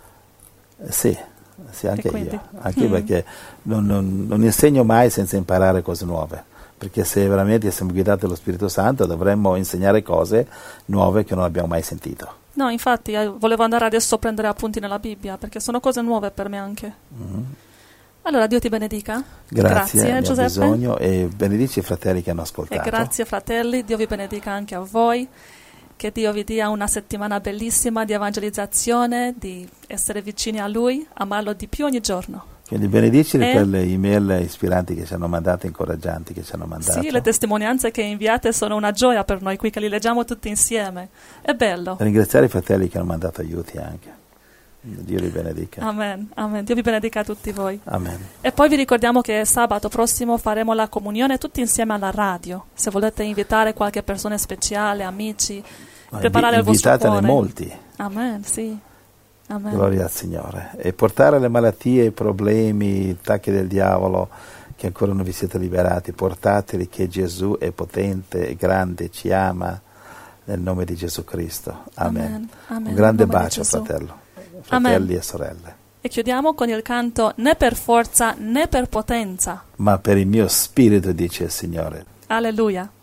Eh, sì, sì, anche quindi? io. Anche Mm. perché non, non, non insegno mai senza imparare cose nuove. Perché se veramente siamo guidati dallo Spirito Santo dovremmo insegnare cose nuove che non abbiamo mai sentito. No, infatti, eh, volevo andare adesso a prendere appunti nella Bibbia, perché sono cose nuove per me anche. Mm. Allora, Dio ti benedica. Grazie, grazie ne ho Giuseppe. bisogno, e benedici i fratelli che hanno E ascoltato. grazie fratelli, Dio vi benedica anche a voi. Che Dio vi dia una settimana bellissima di evangelizzazione, di essere vicini a Lui, amarlo di più ogni giorno. Quindi benedicili E- per le email ispiranti che ci hanno mandato, incoraggianti che ci hanno mandato. Sì, le testimonianze che inviate sono una gioia per noi qui, che li leggiamo tutti insieme. È bello. Ringraziare i fratelli che hanno mandato aiuti anche. Dio li benedica. Amen, amen. Dio vi benedica a tutti voi. Amen. E poi vi ricordiamo che sabato prossimo faremo la comunione tutti insieme alla radio. Se volete invitare qualche persona speciale, amici, Ma preparare il invi- vostro Invitatene cuore. molti, Amen, sì. Amen. gloria al Signore. E portare le malattie, i problemi, i attacchi del diavolo, che ancora non vi siete liberati, portateli, che Gesù è potente, è grande, ci ama, nel nome di Gesù Cristo. Amen. Amen, amen. Un grande Nel nome di bacio, Gesù. fratello, Amen. fratelli e sorelle. E chiudiamo con il canto né per forza né per potenza. Ma per il mio spirito, dice il Signore. Alleluia.